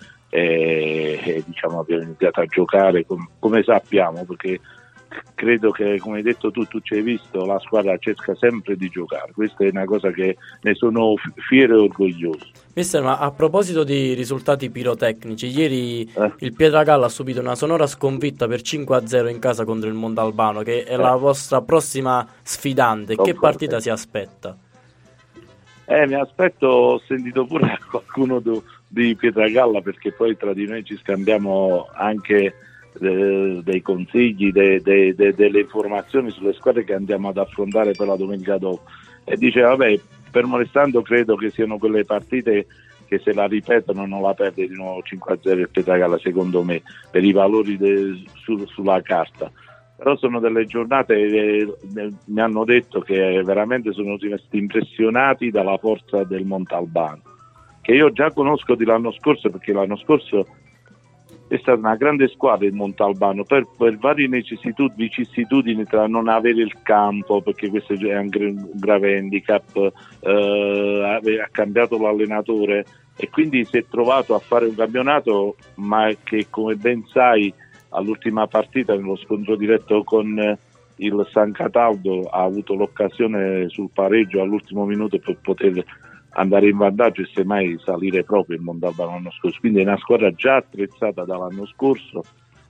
e, e diciamo abbiamo iniziato a giocare com, come sappiamo, perché credo che, come hai detto tu, tu ci hai visto, la squadra cerca sempre di giocare. Questa è una cosa che ne sono fiero e orgoglioso. Mister, ma a proposito di risultati pirotecnici, ieri eh? il Pietragalla ha subito una sonora sconfitta per cinque a zero in casa contro il Montalbano, che è eh. la vostra prossima sfidante. Che partita si aspetta? Eh, mi aspetto, ho sentito pure qualcuno do, di Pietragalla, perché poi tra di noi ci scambiamo anche De, dei consigli, de, de, de, delle informazioni sulle squadre che andiamo ad affrontare per la domenica dopo, e dice vabbè, fermo restando credo che siano quelle partite che se la ripetono non la perde di nuovo cinque a zero il Pietragalla, secondo me, per i valori de, su, sulla carta. Però sono delle giornate eh, mi hanno detto che veramente sono rimasti impressionati dalla forza del Montalbano, che io già conosco di l'anno scorso, perché l'anno scorso è stata una grande squadra il Montalbano per, per varie vicissitudini, tra non avere il campo, perché questo è anche un grave handicap, eh, ha cambiato l'allenatore e quindi si è trovato a fare un campionato, ma che, come ben sai, all'ultima partita nello scontro diretto con il San Cataldo ha avuto l'occasione sul pareggio all'ultimo minuto per poter andare in vantaggio e semmai salire proprio il Montalbano l'anno scorso. Quindi è una squadra già attrezzata dall'anno scorso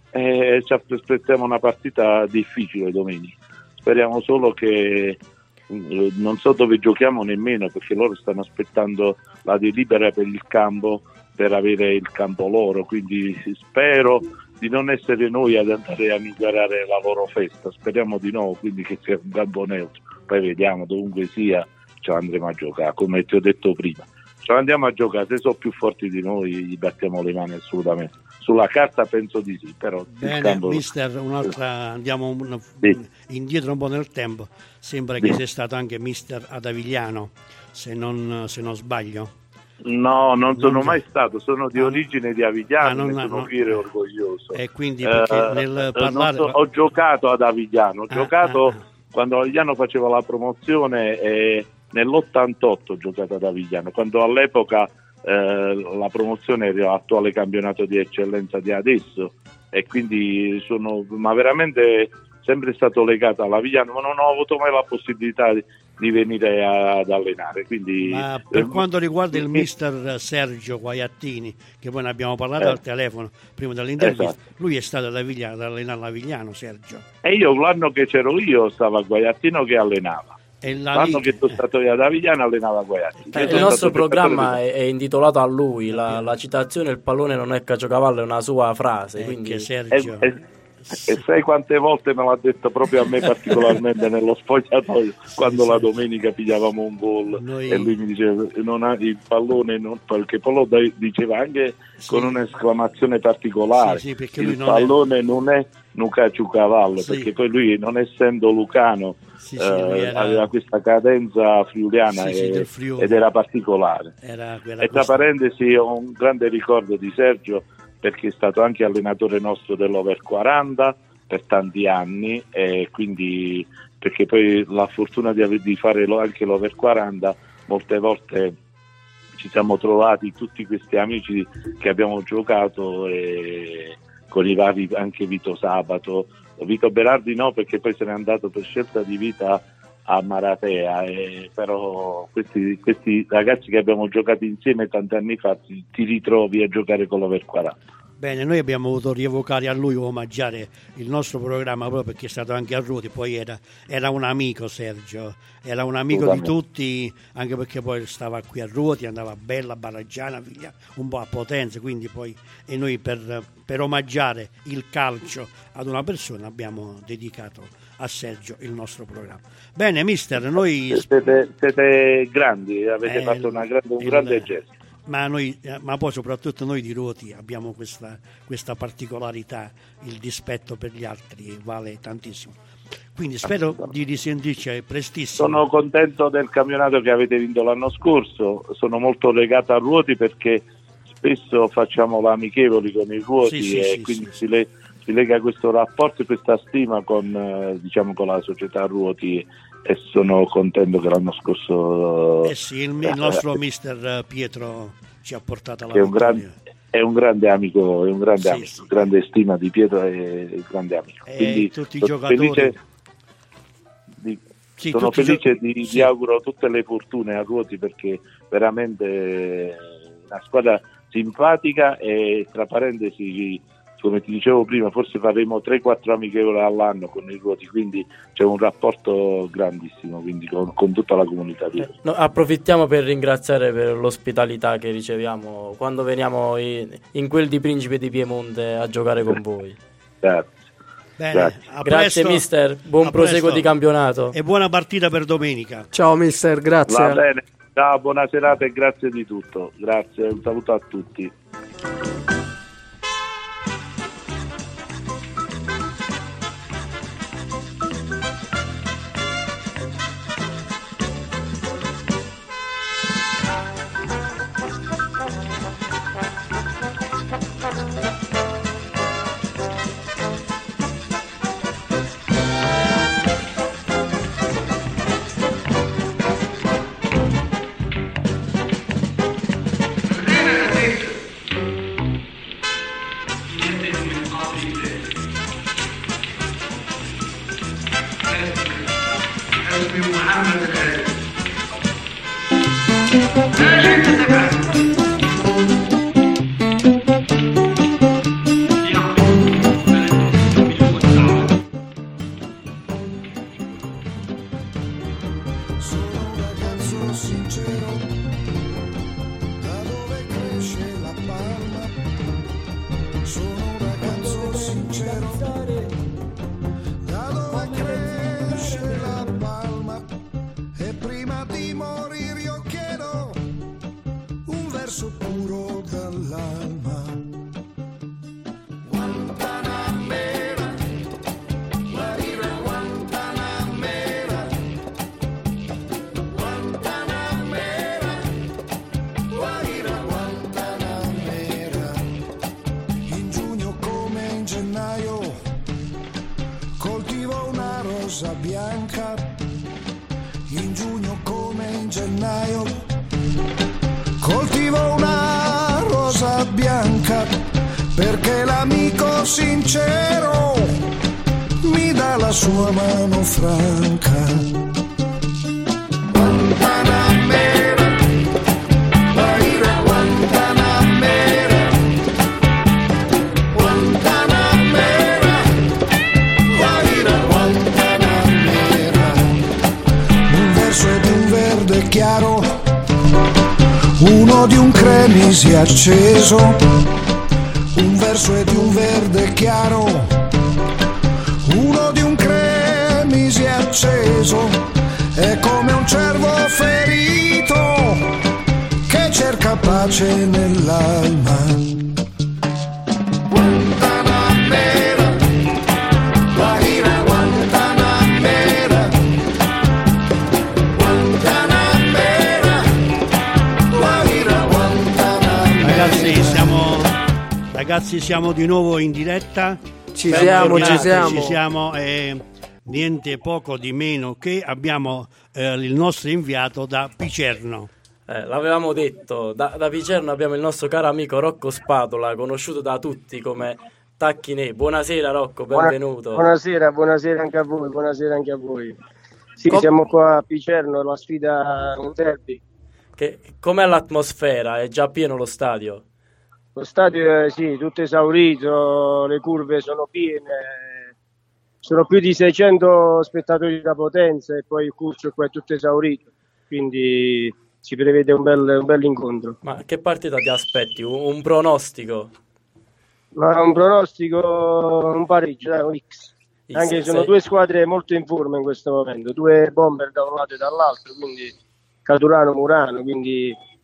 e ci aspettiamo una partita difficile domenica. Speriamo solo che, non so dove giochiamo nemmeno, perché loro stanno aspettando la delibera per il campo, per avere il campo loro, quindi spero di non essere noi ad andare a migliorare la loro festa, speriamo di no, quindi che sia un campo neutro, poi vediamo, dovunque sia ce l'andremo a giocare, come ti ho detto prima, ce l'andiamo a giocare, se sono più forti di noi gli battiamo le mani assolutamente. Sulla carta penso di sì, però bene, campo... mister, un'altra, andiamo un, sì. indietro un po' nel tempo. Sembra sì. che sia stato anche mister ad Avigliano, se non, se non sbaglio. No, non sono non mai stato, sono di ah, origine di Avigliano, ah, non, sono no, fiero e orgoglioso. E quindi perché eh, nel parlare... so, ho giocato ad Avigliano, ho ah, giocato ah, quando Avigliano faceva la promozione e nell'ottantotto ho giocato ad Avigliano, quando all'epoca eh, la promozione era l'attuale campionato di eccellenza di adesso, e quindi sono ma veramente sempre stato legato all'Avigliano, ma non ho avuto mai la possibilità di, di venire a, ad allenare. Quindi, ma per eh, quanto riguarda il mister Sergio Guaiattini, che poi ne abbiamo parlato eh, al telefono prima dell'intervista, esatto. Lui è stato ad, Avigliano, ad allenare l'Avigliano, Sergio. E io l'anno che c'ero io stavo a Guaiattino che allenava. E la l'anno Liga... che sono stato io ad Avigliano allenava Guaiattino. Eh, il nostro programma è, è intitolato a lui, la, la citazione "il pallone non è caciocavallo" è una sua frase, eh, quindi Sergio... E, e, e sai quante volte me l'ha detto proprio a me particolarmente nello spogliatoio, sì, quando sì, la domenica pigliavamo un gol noi... e lui mi diceva non ha, il pallone non, perché poi lo diceva anche sì. con un'esclamazione particolare, sì, sì, il non pallone è... non è un caciucavallo, sì. perché poi lui, non essendo lucano, sì, sì, eh, era... aveva questa cadenza friuliana sì, e, sì, ed era particolare. Era, era e tra questa... parentesi ho un grande ricordo di Sergio, perché è stato anche allenatore nostro dell'Over quaranta per tanti anni, e quindi perché poi la fortuna di, aver, di fare anche l'Over quaranta, molte volte ci siamo trovati tutti questi amici che abbiamo giocato, e con i vari anche Vito Sabato, Vito Berardi no, perché poi se n'è andato per scelta di vita a Maratea, e però questi, questi ragazzi che abbiamo giocato insieme tanti anni fa ti, ti ritrovi a giocare con l'Over quaranta. Bene, noi abbiamo voluto rievocare a lui, omaggiare il nostro programma proprio perché è stato anche a Ruoti, poi era, era un amico Sergio, era un amico di tutti, anche perché poi stava qui a Ruoti, andava a Bella, a Baraggiana, un po' a Potenza, quindi poi e noi per, per omaggiare il calcio ad una persona abbiamo dedicato a Sergio il nostro programma. Bene mister, noi... Siete, siete grandi, avete eh, fatto una grande, un il, grande gesto. Ma, noi, ma poi soprattutto noi di Ruoti abbiamo questa, questa particolarità, il dispetto per gli altri vale tantissimo. Quindi spero di risentirci prestissimo. Sono contento del campionato che avete vinto l'anno scorso, sono molto legato a Ruoti perché spesso facciamo l'amichevoli con i Ruoti, sì, e sì, quindi sì, si, le, si lega questo rapporto e questa stima con, eh, diciamo, con la società Ruoti, e sono contento che l'anno scorso eh sì, il, il nostro mister Pietro ci ha portato alla che è un, vittoria. gran, è un grande amico, è un grande Sì, amico, sì. grande stima di Pietro e un grande amico. E Quindi tutti i sono giocatori. felice di, Sì, sono tutti i felice gio- di, sì. di auguro tutte le fortune a Ruoti, perché veramente una squadra simpatica e, tra parentesi, come ti dicevo prima, forse faremo tre quattro amichevoli all'anno con i Ruoti, quindi c'è un rapporto grandissimo, quindi con, con tutta la comunità di Ruoti. No, approfittiamo per ringraziare per l'ospitalità che riceviamo quando veniamo in, in quel di Principe di Piemonte a giocare con voi. Grazie. Bene, Grazie. a Grazie presto. mister, buon A proseguo presto. di campionato. E buona partita per domenica. Ciao mister, grazie. Va bene, ciao, buona serata e grazie di tutto. Grazie, un saluto a tutti. Bianca, in giugno come in gennaio, coltivo una rosa bianca, perché l'amico sincero mi dà la sua mano franca. Guantanamera, Guaira, Guantanamera, Guantanamera, Guaira, Guantanamera. Un verso è di un verde chiaro, uno di un cremisi acceso. Un verso è di un verde chiaro, uno di un cremisi acceso. È come un cervo ferito che cerca pace nell'alma. Guantanamera, Guaira, Guantanamera, Guantanamera, Guaira, Guantanamera. Ragazzi, siamo, ragazzi, siamo di nuovo in diretta. Ci siamo, ci Bentornati, siamo. Ci siamo e niente poco di meno che abbiamo eh, il nostro inviato da Picerno. Eh, l'avevamo detto, da, da Picerno abbiamo il nostro caro amico Rocco Spatola, conosciuto da tutti come Tacchinè. Buonasera Rocco, benvenuto. Buonasera, buonasera anche a voi, buonasera anche a voi. Sì, Com- siamo qua a Picerno, la sfida un derby. Che, com'è l'atmosfera? È già pieno lo stadio? Lo stadio è sì, tutto esaurito, le curve sono piene, sono più di seicento spettatori da Potenza e poi il curso qua è tutto esaurito, quindi si prevede un bel, un bel incontro. Ma che partita ti aspetti? Un, un pronostico? Ma un pronostico, un pareggio, dai, un X. Anche se sono sei- due squadre molto in forma in questo momento, due bomber da un lato e dall'altro, quindi Caturano, Murano, quindi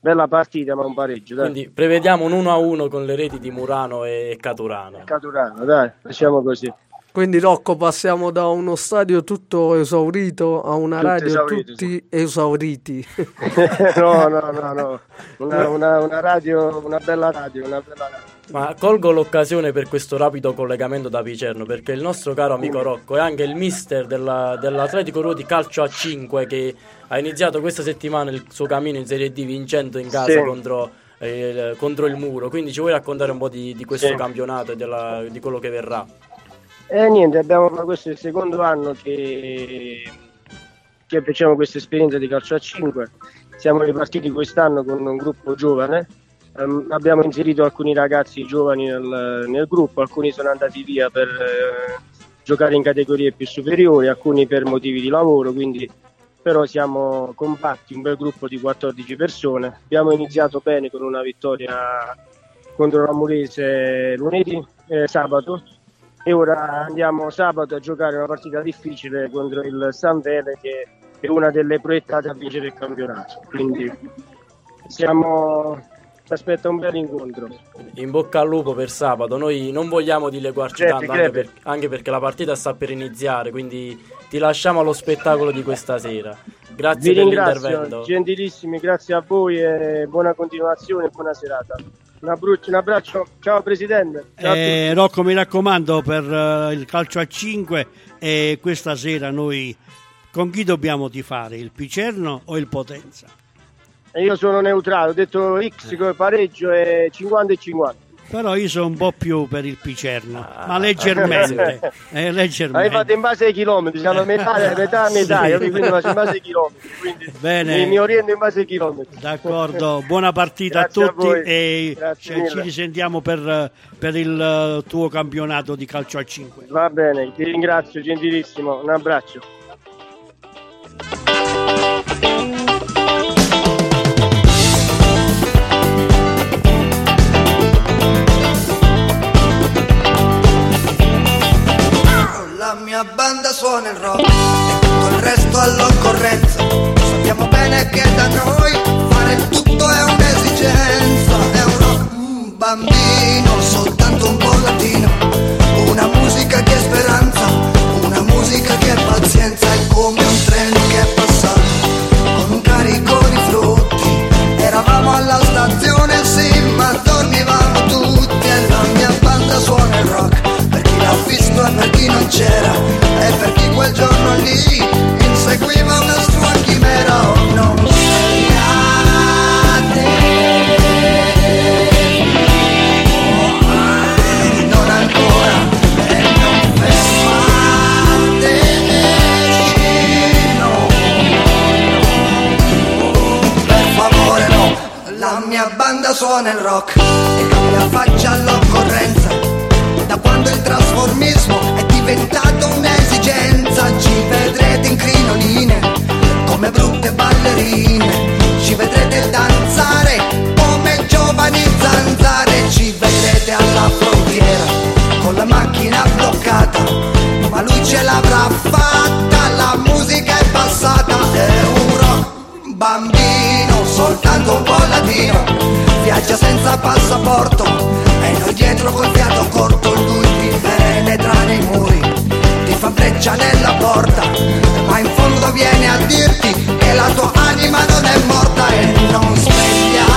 bella partita, ma un pareggio, dai. Quindi prevediamo un uno a uno con le reti di Murano e Caturano. Caturano, dai, facciamo così. Quindi Rocco, passiamo da uno stadio tutto esaurito a una Tutto radio esaurito, tutti sì. esauriti. no, no, no, no. Una, una, una radio, una bella radio, una bella radio. Ma colgo l'occasione per questo rapido collegamento da Picerno, perché il nostro caro amico Rocco è anche il mister della, dell'Atletico Ruoti Calcio a cinque, che ha iniziato questa settimana il suo cammino in Serie D vincendo in casa Sì. contro, eh, contro il Muro. Quindi ci vuoi raccontare un po' di, di questo Sì. campionato e della, di quello che verrà? E niente, abbiamo questo è il secondo anno che, che facciamo questa esperienza di calcio a cinque. Siamo ripartiti quest'anno con un gruppo giovane. Um, abbiamo inserito alcuni ragazzi giovani nel, nel gruppo, alcuni sono andati via per eh, giocare in categorie più superiori, alcuni per motivi di lavoro, quindi però siamo compatti, un bel gruppo di quattordici persone. Abbiamo iniziato bene con una vittoria contro l'Amurese lunedì, eh, sabato, e ora andiamo sabato a giocare una partita difficile contro il San Vele, che è una delle proiettate a vincere il campionato, quindi siamo... ci aspetta un bel incontro. In bocca al lupo per sabato. Noi non vogliamo dileguarci Crepi, tanto, anche, crepi. per- anche perché la partita sta per iniziare, quindi ti lasciamo allo spettacolo di questa sera. Grazie Vi per ringrazio, l'intervento. gentilissimi, grazie a voi e buona continuazione e buona serata. Un abbraccio, un abbraccio. Ciao Presidente. Ciao a Eh, tutti. Rocco, mi raccomando, per eh, il calcio a cinque, e questa sera noi con chi dobbiamo tifare, il Picerno o il Potenza? E io sono neutrale, ho detto X come pareggio e cinquanta e cinquanta. Però io sono un po' più per il Picerno, Ah, ma leggermente, eh, Hai leggermente. fatto in base ai chilometri, siamo a metà, metà a metà, Sì. io quindi faccio in base ai chilometri, quindi Bene. mi, mi oriento in base ai chilometri. D'accordo, buona partita Grazie a a tutti voi. e Grazie ci, ci mille. risentiamo per, per il eh, tuo campionato di calcio a cinque. Va bene, ti ringrazio, gentilissimo, un abbraccio. La mia banda suona il rock e tutto il resto all'occorrenza. Sappiamo bene che da noi fare tutto è un'esigenza. È un rock mm, bambino, soltanto un po' latino. Una musica che è speranza, una musica che è pazienza. È come un treno che è passato con un carico di frutti. Eravamo alla stazione, sì, ma dormivamo tutti. E la mia banda suona il rock per chi l'ha visto e per chi non c'era, e per chi quel giorno lì inseguiva una sua chimera. Oh, non svegliate, oh, non ancora, e non fermateci, no, no, per favore no. La mia banda suona il rock e cambia faccia all'occorrenza. Da quando il trasformismo è diventato un'esigenza, ci vedrete in crinoline come brutte ballerine, ci vedrete danzare come giovani zanzare, ci vedrete alla frontiera con la macchina bloccata, ma lui ce l'avrà fatta, la musica è passata. È un rock bambino, soltanto un po' latino, viaggia senza passaporto e noi dietro col fiato corto. Lui ti penetra nei muri, ti fa breccia nella porta, ma in fondo viene a dirti che la tua anima non è morta. E non svegliate,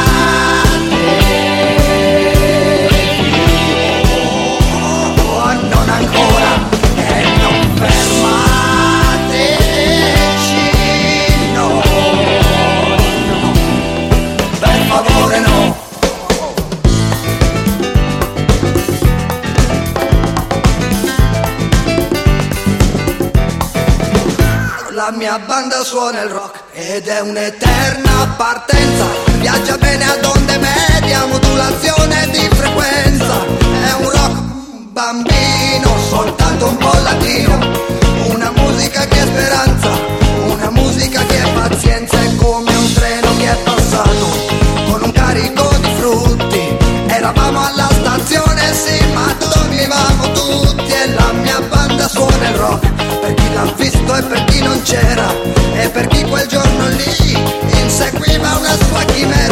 oh, non ancora, e non fermateci, no, no, per favore no. La mia banda suona il rock ed è un'eterna partenza, viaggia bene ad onde medie, a modulazione di frequenza. È un rock bambino, soltanto un po' latino, una musica che è speranza, una musica che è pazienza. È come un treno che è passato con un carico di frutti. Eravamo alla stazione, sì, ma dormivamo tutti. E la mia banda suona il rock per chi l'ha visto e per chi non c'era, e per chi quel giorno lì inseguiva una sua chimera.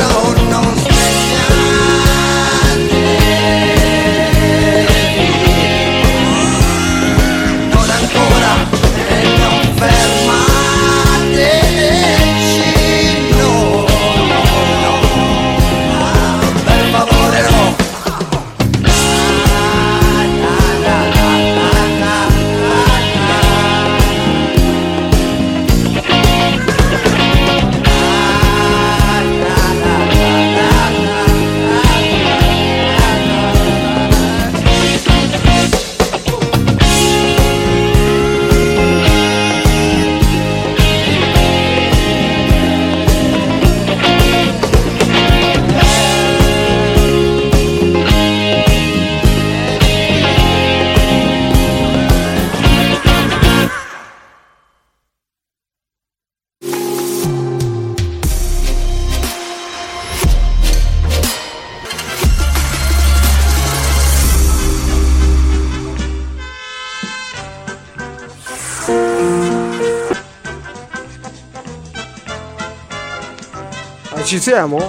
ci siamo?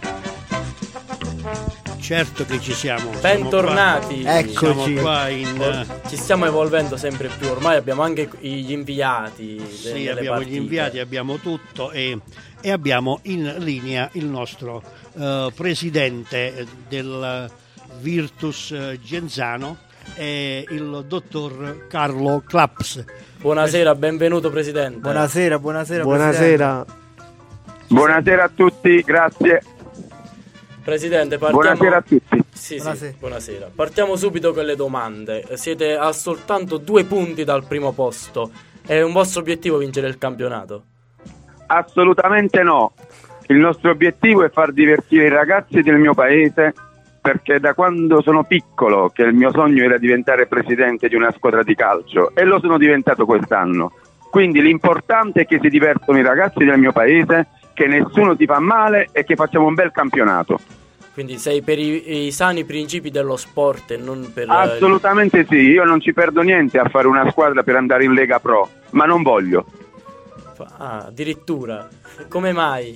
Certo che ci siamo. Bentornati. Eccoci. Siamo qua in... Or- ci stiamo evolvendo sempre più. Ormai abbiamo anche gli inviati. Sì, delle abbiamo partite. gli inviati, abbiamo tutto e, e abbiamo in linea il nostro uh, presidente del Virtus Genzano, è il dottor Carlo Claps. Buonasera, benvenuto presidente. Buonasera, buonasera. Buonasera. Buonasera a tutti, grazie. Presidente, partiamo... Buonasera a tutti. Sì, Buonasera. sì, buonasera. Partiamo subito con le domande. Siete a soltanto due punti dal primo posto. È un vostro obiettivo vincere il campionato? Assolutamente no. Il nostro obiettivo è far divertire i ragazzi del mio paese, perché da quando sono piccolo che il mio sogno era diventare presidente di una squadra di calcio e lo sono diventato quest'anno. Quindi l'importante è che si divertono i ragazzi del mio paese, che nessuno si fa male e che facciamo un bel campionato. Quindi sei per i, i sani principi dello sport e non per... Assolutamente sì, io non ci perdo niente a fare una squadra per andare in Lega Pro, ma non voglio. Ah, addirittura. Come mai?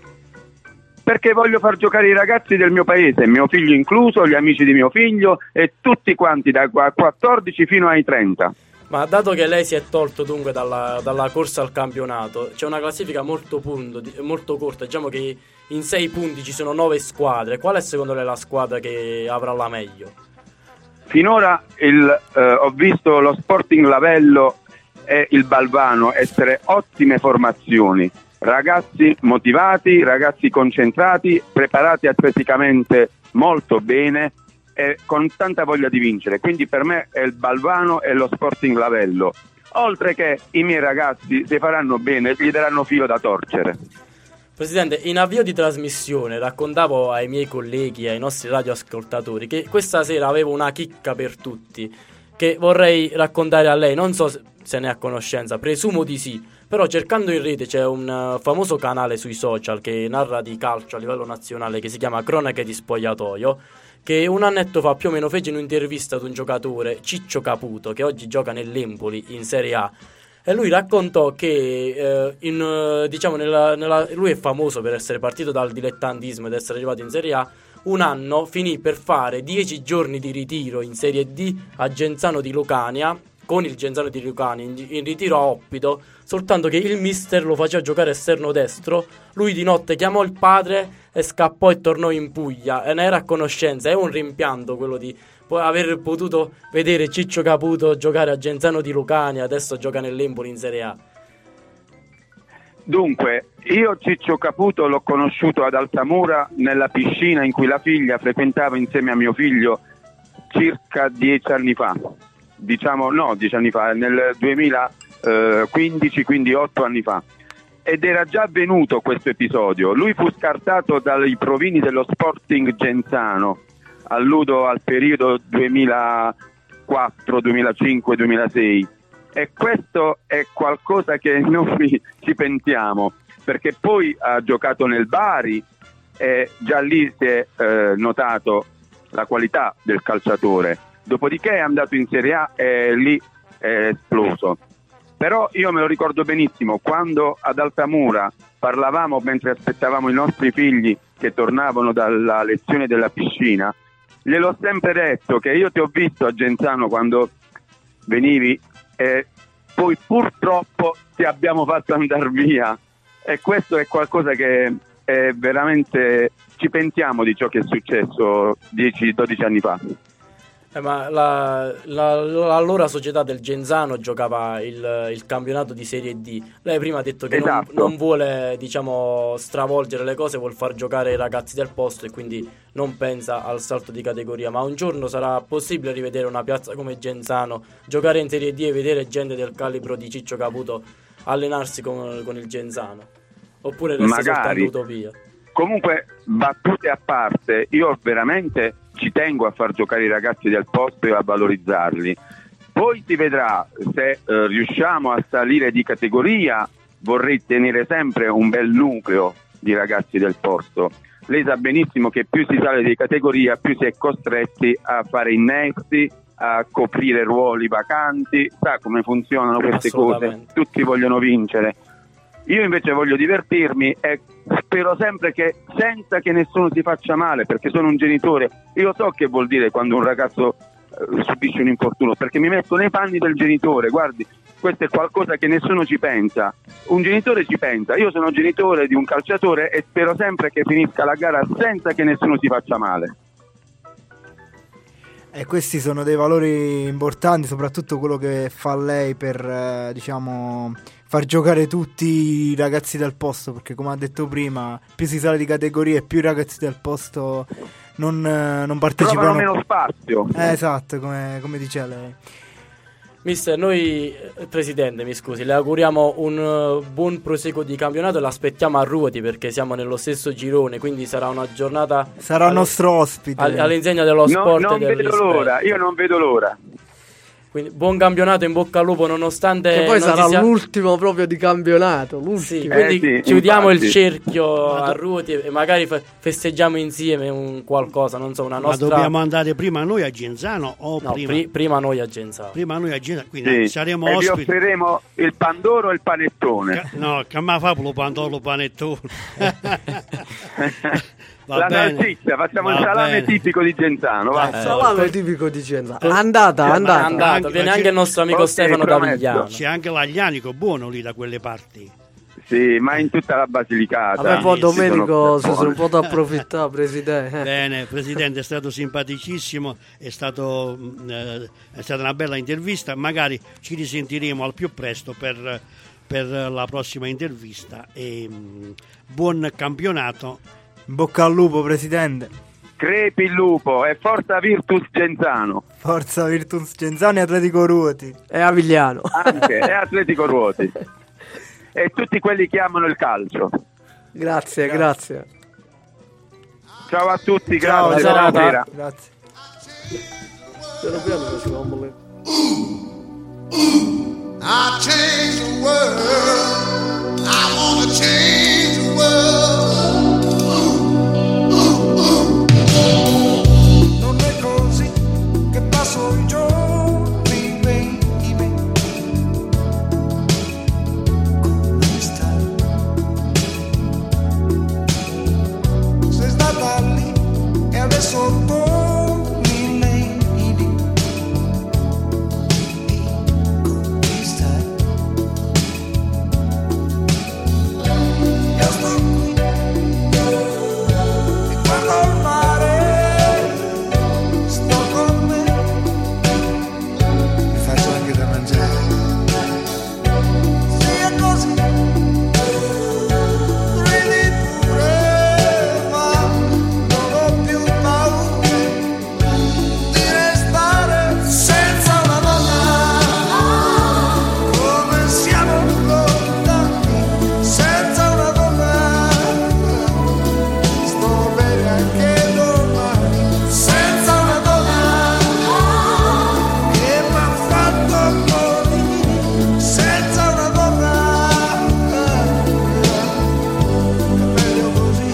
Perché voglio far giocare i ragazzi del mio paese, mio figlio incluso, gli amici di mio figlio e tutti quanti da quattordici fino ai trenta. Ma dato che lei si è tolto dunque dalla, dalla corsa al campionato, c'è una classifica molto, punto, molto corta, diciamo che in sei punti ci sono nove squadre. Qual è secondo lei la squadra che avrà la meglio? Finora il, eh, ho visto lo Sporting Lavello e il Balvano essere ottime formazioni, ragazzi motivati, ragazzi concentrati, preparati atleticamente molto bene e con tanta voglia di vincere. Quindi per me è il Balvano e lo Sporting Lavello, oltre che i miei ragazzi, se faranno bene, gli daranno filo da torcere. Presidente, in avvio di trasmissione raccontavo ai miei colleghi, ai nostri radioascoltatori, che questa sera avevo una chicca per tutti che vorrei raccontare a lei. Non so se ne è a conoscenza, presumo di sì, però cercando in rete c'è un uh, famoso canale sui social che narra di calcio a livello nazionale, che si chiama Cronache di Spogliatoio, che un annetto fa più o meno fece un'intervista ad un giocatore, Ciccio Caputo, che oggi gioca nell'Empoli in Serie A, e lui raccontò che eh, in, eh, diciamo nella, nella, lui è famoso per essere partito dal dilettantismo ed essere arrivato in Serie A. Un anno finì per fare dieci giorni di ritiro in Serie D a Genzano di Lucania, con il Genzano di Lucania in, in ritiro a Oppido, soltanto che il mister lo faceva giocare esterno destro. Lui di notte chiamò il padre e scappò e tornò in Puglia, e ne era a conoscenza. È un rimpianto quello di aver potuto vedere Ciccio Caputo giocare a Genzano di Lucania, adesso gioca nell'Empoli in Serie A. Dunque, io Ciccio Caputo l'ho conosciuto ad Altamura nella piscina in cui la figlia frequentava insieme a mio figlio circa dieci anni fa. Diciamo no, dieci anni fa, nel duemilaquindici, quindi otto anni fa. Ed era già avvenuto questo episodio. Lui fu scartato dai provini dello Sporting Genzano, alludo al periodo duemilaquattro, duemilacinque, duemilasei. E questo è qualcosa che noi ci pentiamo, perché poi ha giocato nel Bari e già lì si è eh, notato la qualità del calciatore. Dopodiché è andato in Serie A e lì è esploso. Però io me lo ricordo benissimo, quando ad Altamura parlavamo mentre aspettavamo i nostri figli che tornavano dalla lezione della piscina, gliel'ho sempre detto che io ti ho visto a Genzano quando venivi e poi purtroppo ti abbiamo fatto andare via, e questo è qualcosa che è veramente, ci pentiamo di ciò che è successo dieci dodici anni fa. Eh, ma la, la, l'allora società del Genzano giocava il, il campionato di Serie D. Lei prima ha detto che esatto. non, non vuole, diciamo, stravolgere le cose, vuol far giocare i ragazzi del posto e quindi non pensa al salto di categoria. Ma un giorno sarà possibile rivedere una piazza come Genzano, giocare in Serie D e vedere gente del calibro di Ciccio Caputo allenarsi con, con il Genzano? Oppure resta magari soltanto utopia? Comunque, battute a parte, io veramente ci tengo a far giocare i ragazzi del posto e a valorizzarli. Poi si vedrà se eh, riusciamo a salire di categoria. Vorrei tenere sempre un bel nucleo di ragazzi del posto. Lei sa benissimo che più si sale di categoria, più si è costretti a fare innesti, a coprire ruoli vacanti. Sa come funzionano queste cose? Tutti vogliono vincere. Io invece voglio divertirmi e spero sempre che senza che nessuno si faccia male, perché sono un genitore. Io so che vuol dire quando un ragazzo eh, subisce un infortunio, perché mi metto nei panni del genitore. Guardi, questo è qualcosa che nessuno ci pensa. Un genitore ci pensa. Io sono genitore di un calciatore e spero sempre che finisca la gara senza che nessuno si faccia male. E questi sono dei valori importanti, soprattutto quello che fa lei per, eh, diciamo, far giocare tutti i ragazzi del posto, perché come ha detto prima, più si sale di categorie, più i ragazzi del posto non, eh, non partecipano. Trovano meno spazio. Eh, esatto, come, come dice lei. Mister, noi, eh, presidente, mi scusi, le auguriamo un uh, buon proseguo di campionato e l'aspettiamo a Ruoti perché siamo nello stesso girone, quindi sarà una giornata... Sarà il nostro ospite. All, all'insegna dello No, sport non e del vedo rispetto. l'ora, io non vedo l'ora. Quindi buon campionato, in bocca al lupo, nonostante... Che poi non sarà si sia... l'ultimo proprio di campionato. L'ultimo. Sì, quindi Eh, sì, chiudiamo infatti. il cerchio Ma a do- Ruoti e magari fe- festeggiamo insieme un qualcosa, non so, una Ma nostra... dobbiamo andare prima noi a Genzano o No, prima? pri- prima noi a Genzano. Prima noi a Genzano, quindi Sì. saremo E vi ospiti. offriremo il pandoro e il panettone. Ca- No, che mi fa lo pandolo panettone. Va La bene. salsiccia, facciamo Va il salame bene. tipico di Genzano. Va. Eh, Salame tipico di Genzano. Andata, Ma andata. è Andato, Anche- viene ma anche c'è- il nostro amico Ok, Stefano promesso. Davigliano. C'è anche l'aglianico buono lì da quelle parti. Sì, ma in tutta la Basilicata. Vabbè, poi sì, Domenico sono si sono un po' da approfittare, presidente. Bene, Presidente, è stato simpaticissimo, è, stato, mh, eh, è stata una bella intervista, magari ci risentiremo al più presto per, per la prossima intervista e mh, buon campionato. Bocca al lupo, presidente. Crepi il lupo e forza Virtus Genzano. Forza Virtus Genzano e Atletico Ruoti. È Avigliano. Anche, e Atletico Ruoti. E tutti quelli che amano il calcio. Grazie, grazie. Ciao a tutti, Ciao, grazie. serata. Buonasera. Grazie. Piano piano facevamo le- I change the world. I wanna change the world. Non è così che passo i giorni, baby. Come stai? Sei stata lì e adesso torni, lady. Come stai? Io sto qui e guardo il mare, sto con me, mi faccio anche da mangiare. Sì, è così, ridi pure, ma non ho più paura di restare senza una donna, come siamo lontani, senza una donna, sto bene anche domani, senza una donna, che mi ha fatto morire, senza una donna, è meglio così,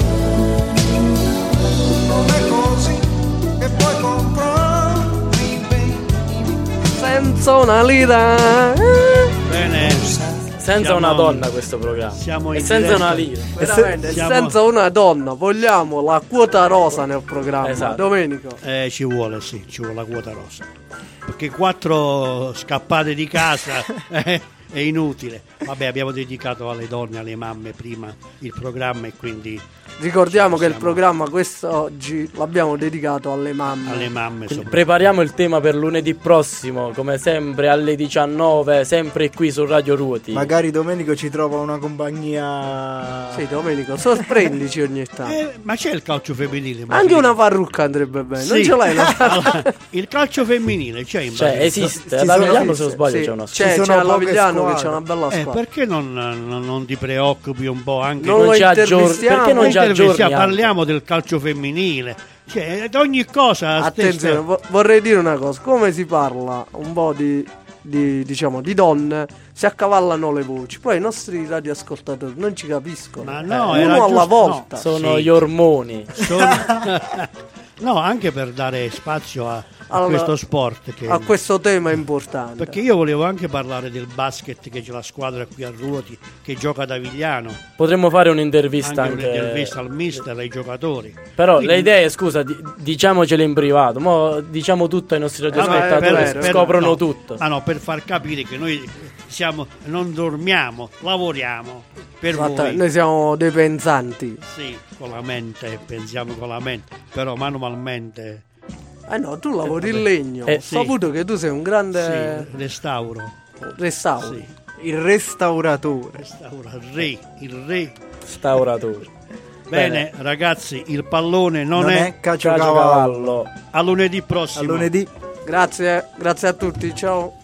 non è così che puoi comprarmi, baby. Senza una lira. Bene, Senza Siamo- una donna questo programma. siamo E in senza diretta. una lira. Veramente, siamo- senza una donna. Vogliamo la quota rosa nel programma. Esatto. Domenico. eh, ci vuole, sì, ci vuole la quota rosa. Perché quattro scappate di casa eh, è inutile. Vabbè, abbiamo dedicato alle donne, alle mamme prima il programma e quindi Ricordiamo che il Siamo- programma quest'oggi l'abbiamo dedicato alle mamme. alle mamme Quindi soprattutto. prepariamo il tema per lunedì prossimo, come sempre alle diciannove, sempre qui su Radio Ruoti. Magari Domenico ci trova una compagnia. Sì, Domenico, sorprendici ogni tanto. Eh, ma c'è il calcio femminile? Anche una parrucca andrebbe bene. Non Sì. ce l'hai la Allora, il calcio femminile c'è in Cioè, Basilicata? esiste. Ci Ad sono- Avigliano, se non sbaglio, Sì, c'è una c'è, Ci c'è sono all'Avigliano poche che c'è una bella Eh, squadra. perché non, non- non ti preoccupi un po' anche Non non lo ci aggiorni- intervistiamo. perché non Noi ci aggiorni intervistiamo, anche? parliamo del calcio femminile, cioè ad ogni cosa Attenzione, vo- vorrei dire una cosa. Come si parla un po' di, di, diciamo, di donne, si accavallano le voci. Poi i nostri radioascoltatori non ci capiscono. Ma no, Eh, era uno alla giusto- volta. no. Sono Sì. gli ormoni. sono, No, anche per dare spazio a, a Allora, questo sport. Che... a questo tema importante. Perché io volevo anche parlare del basket, che c'è la squadra qui a Ruoti che gioca da Vigliano. Potremmo fare un'intervista anche, anche... un'intervista al mister, ai giocatori. Però Quindi... le idee, scusa, di- diciamocele in privato. Mo diciamo tutto ai nostri radioascoltatori, Ah, per- per- scoprono no, tutto. Ah no, per far capire che noi siamo, non dormiamo, lavoriamo per Esatto, voi. noi siamo dei pensanti. Sì, con la mente, pensiamo con la mente, però manualmente. Eh no, tu lavori in legno. Eh, Ho sì. saputo che tu sei un grande Sì, restauro. restauro. Sì, Il restauratore. restauro, il re, il re. Restauratore. Bene, ragazzi, il pallone non, Non è, è caciocavallo. Cavallo. a lunedì prossimo. A lunedì. Grazie, grazie a tutti, ciao.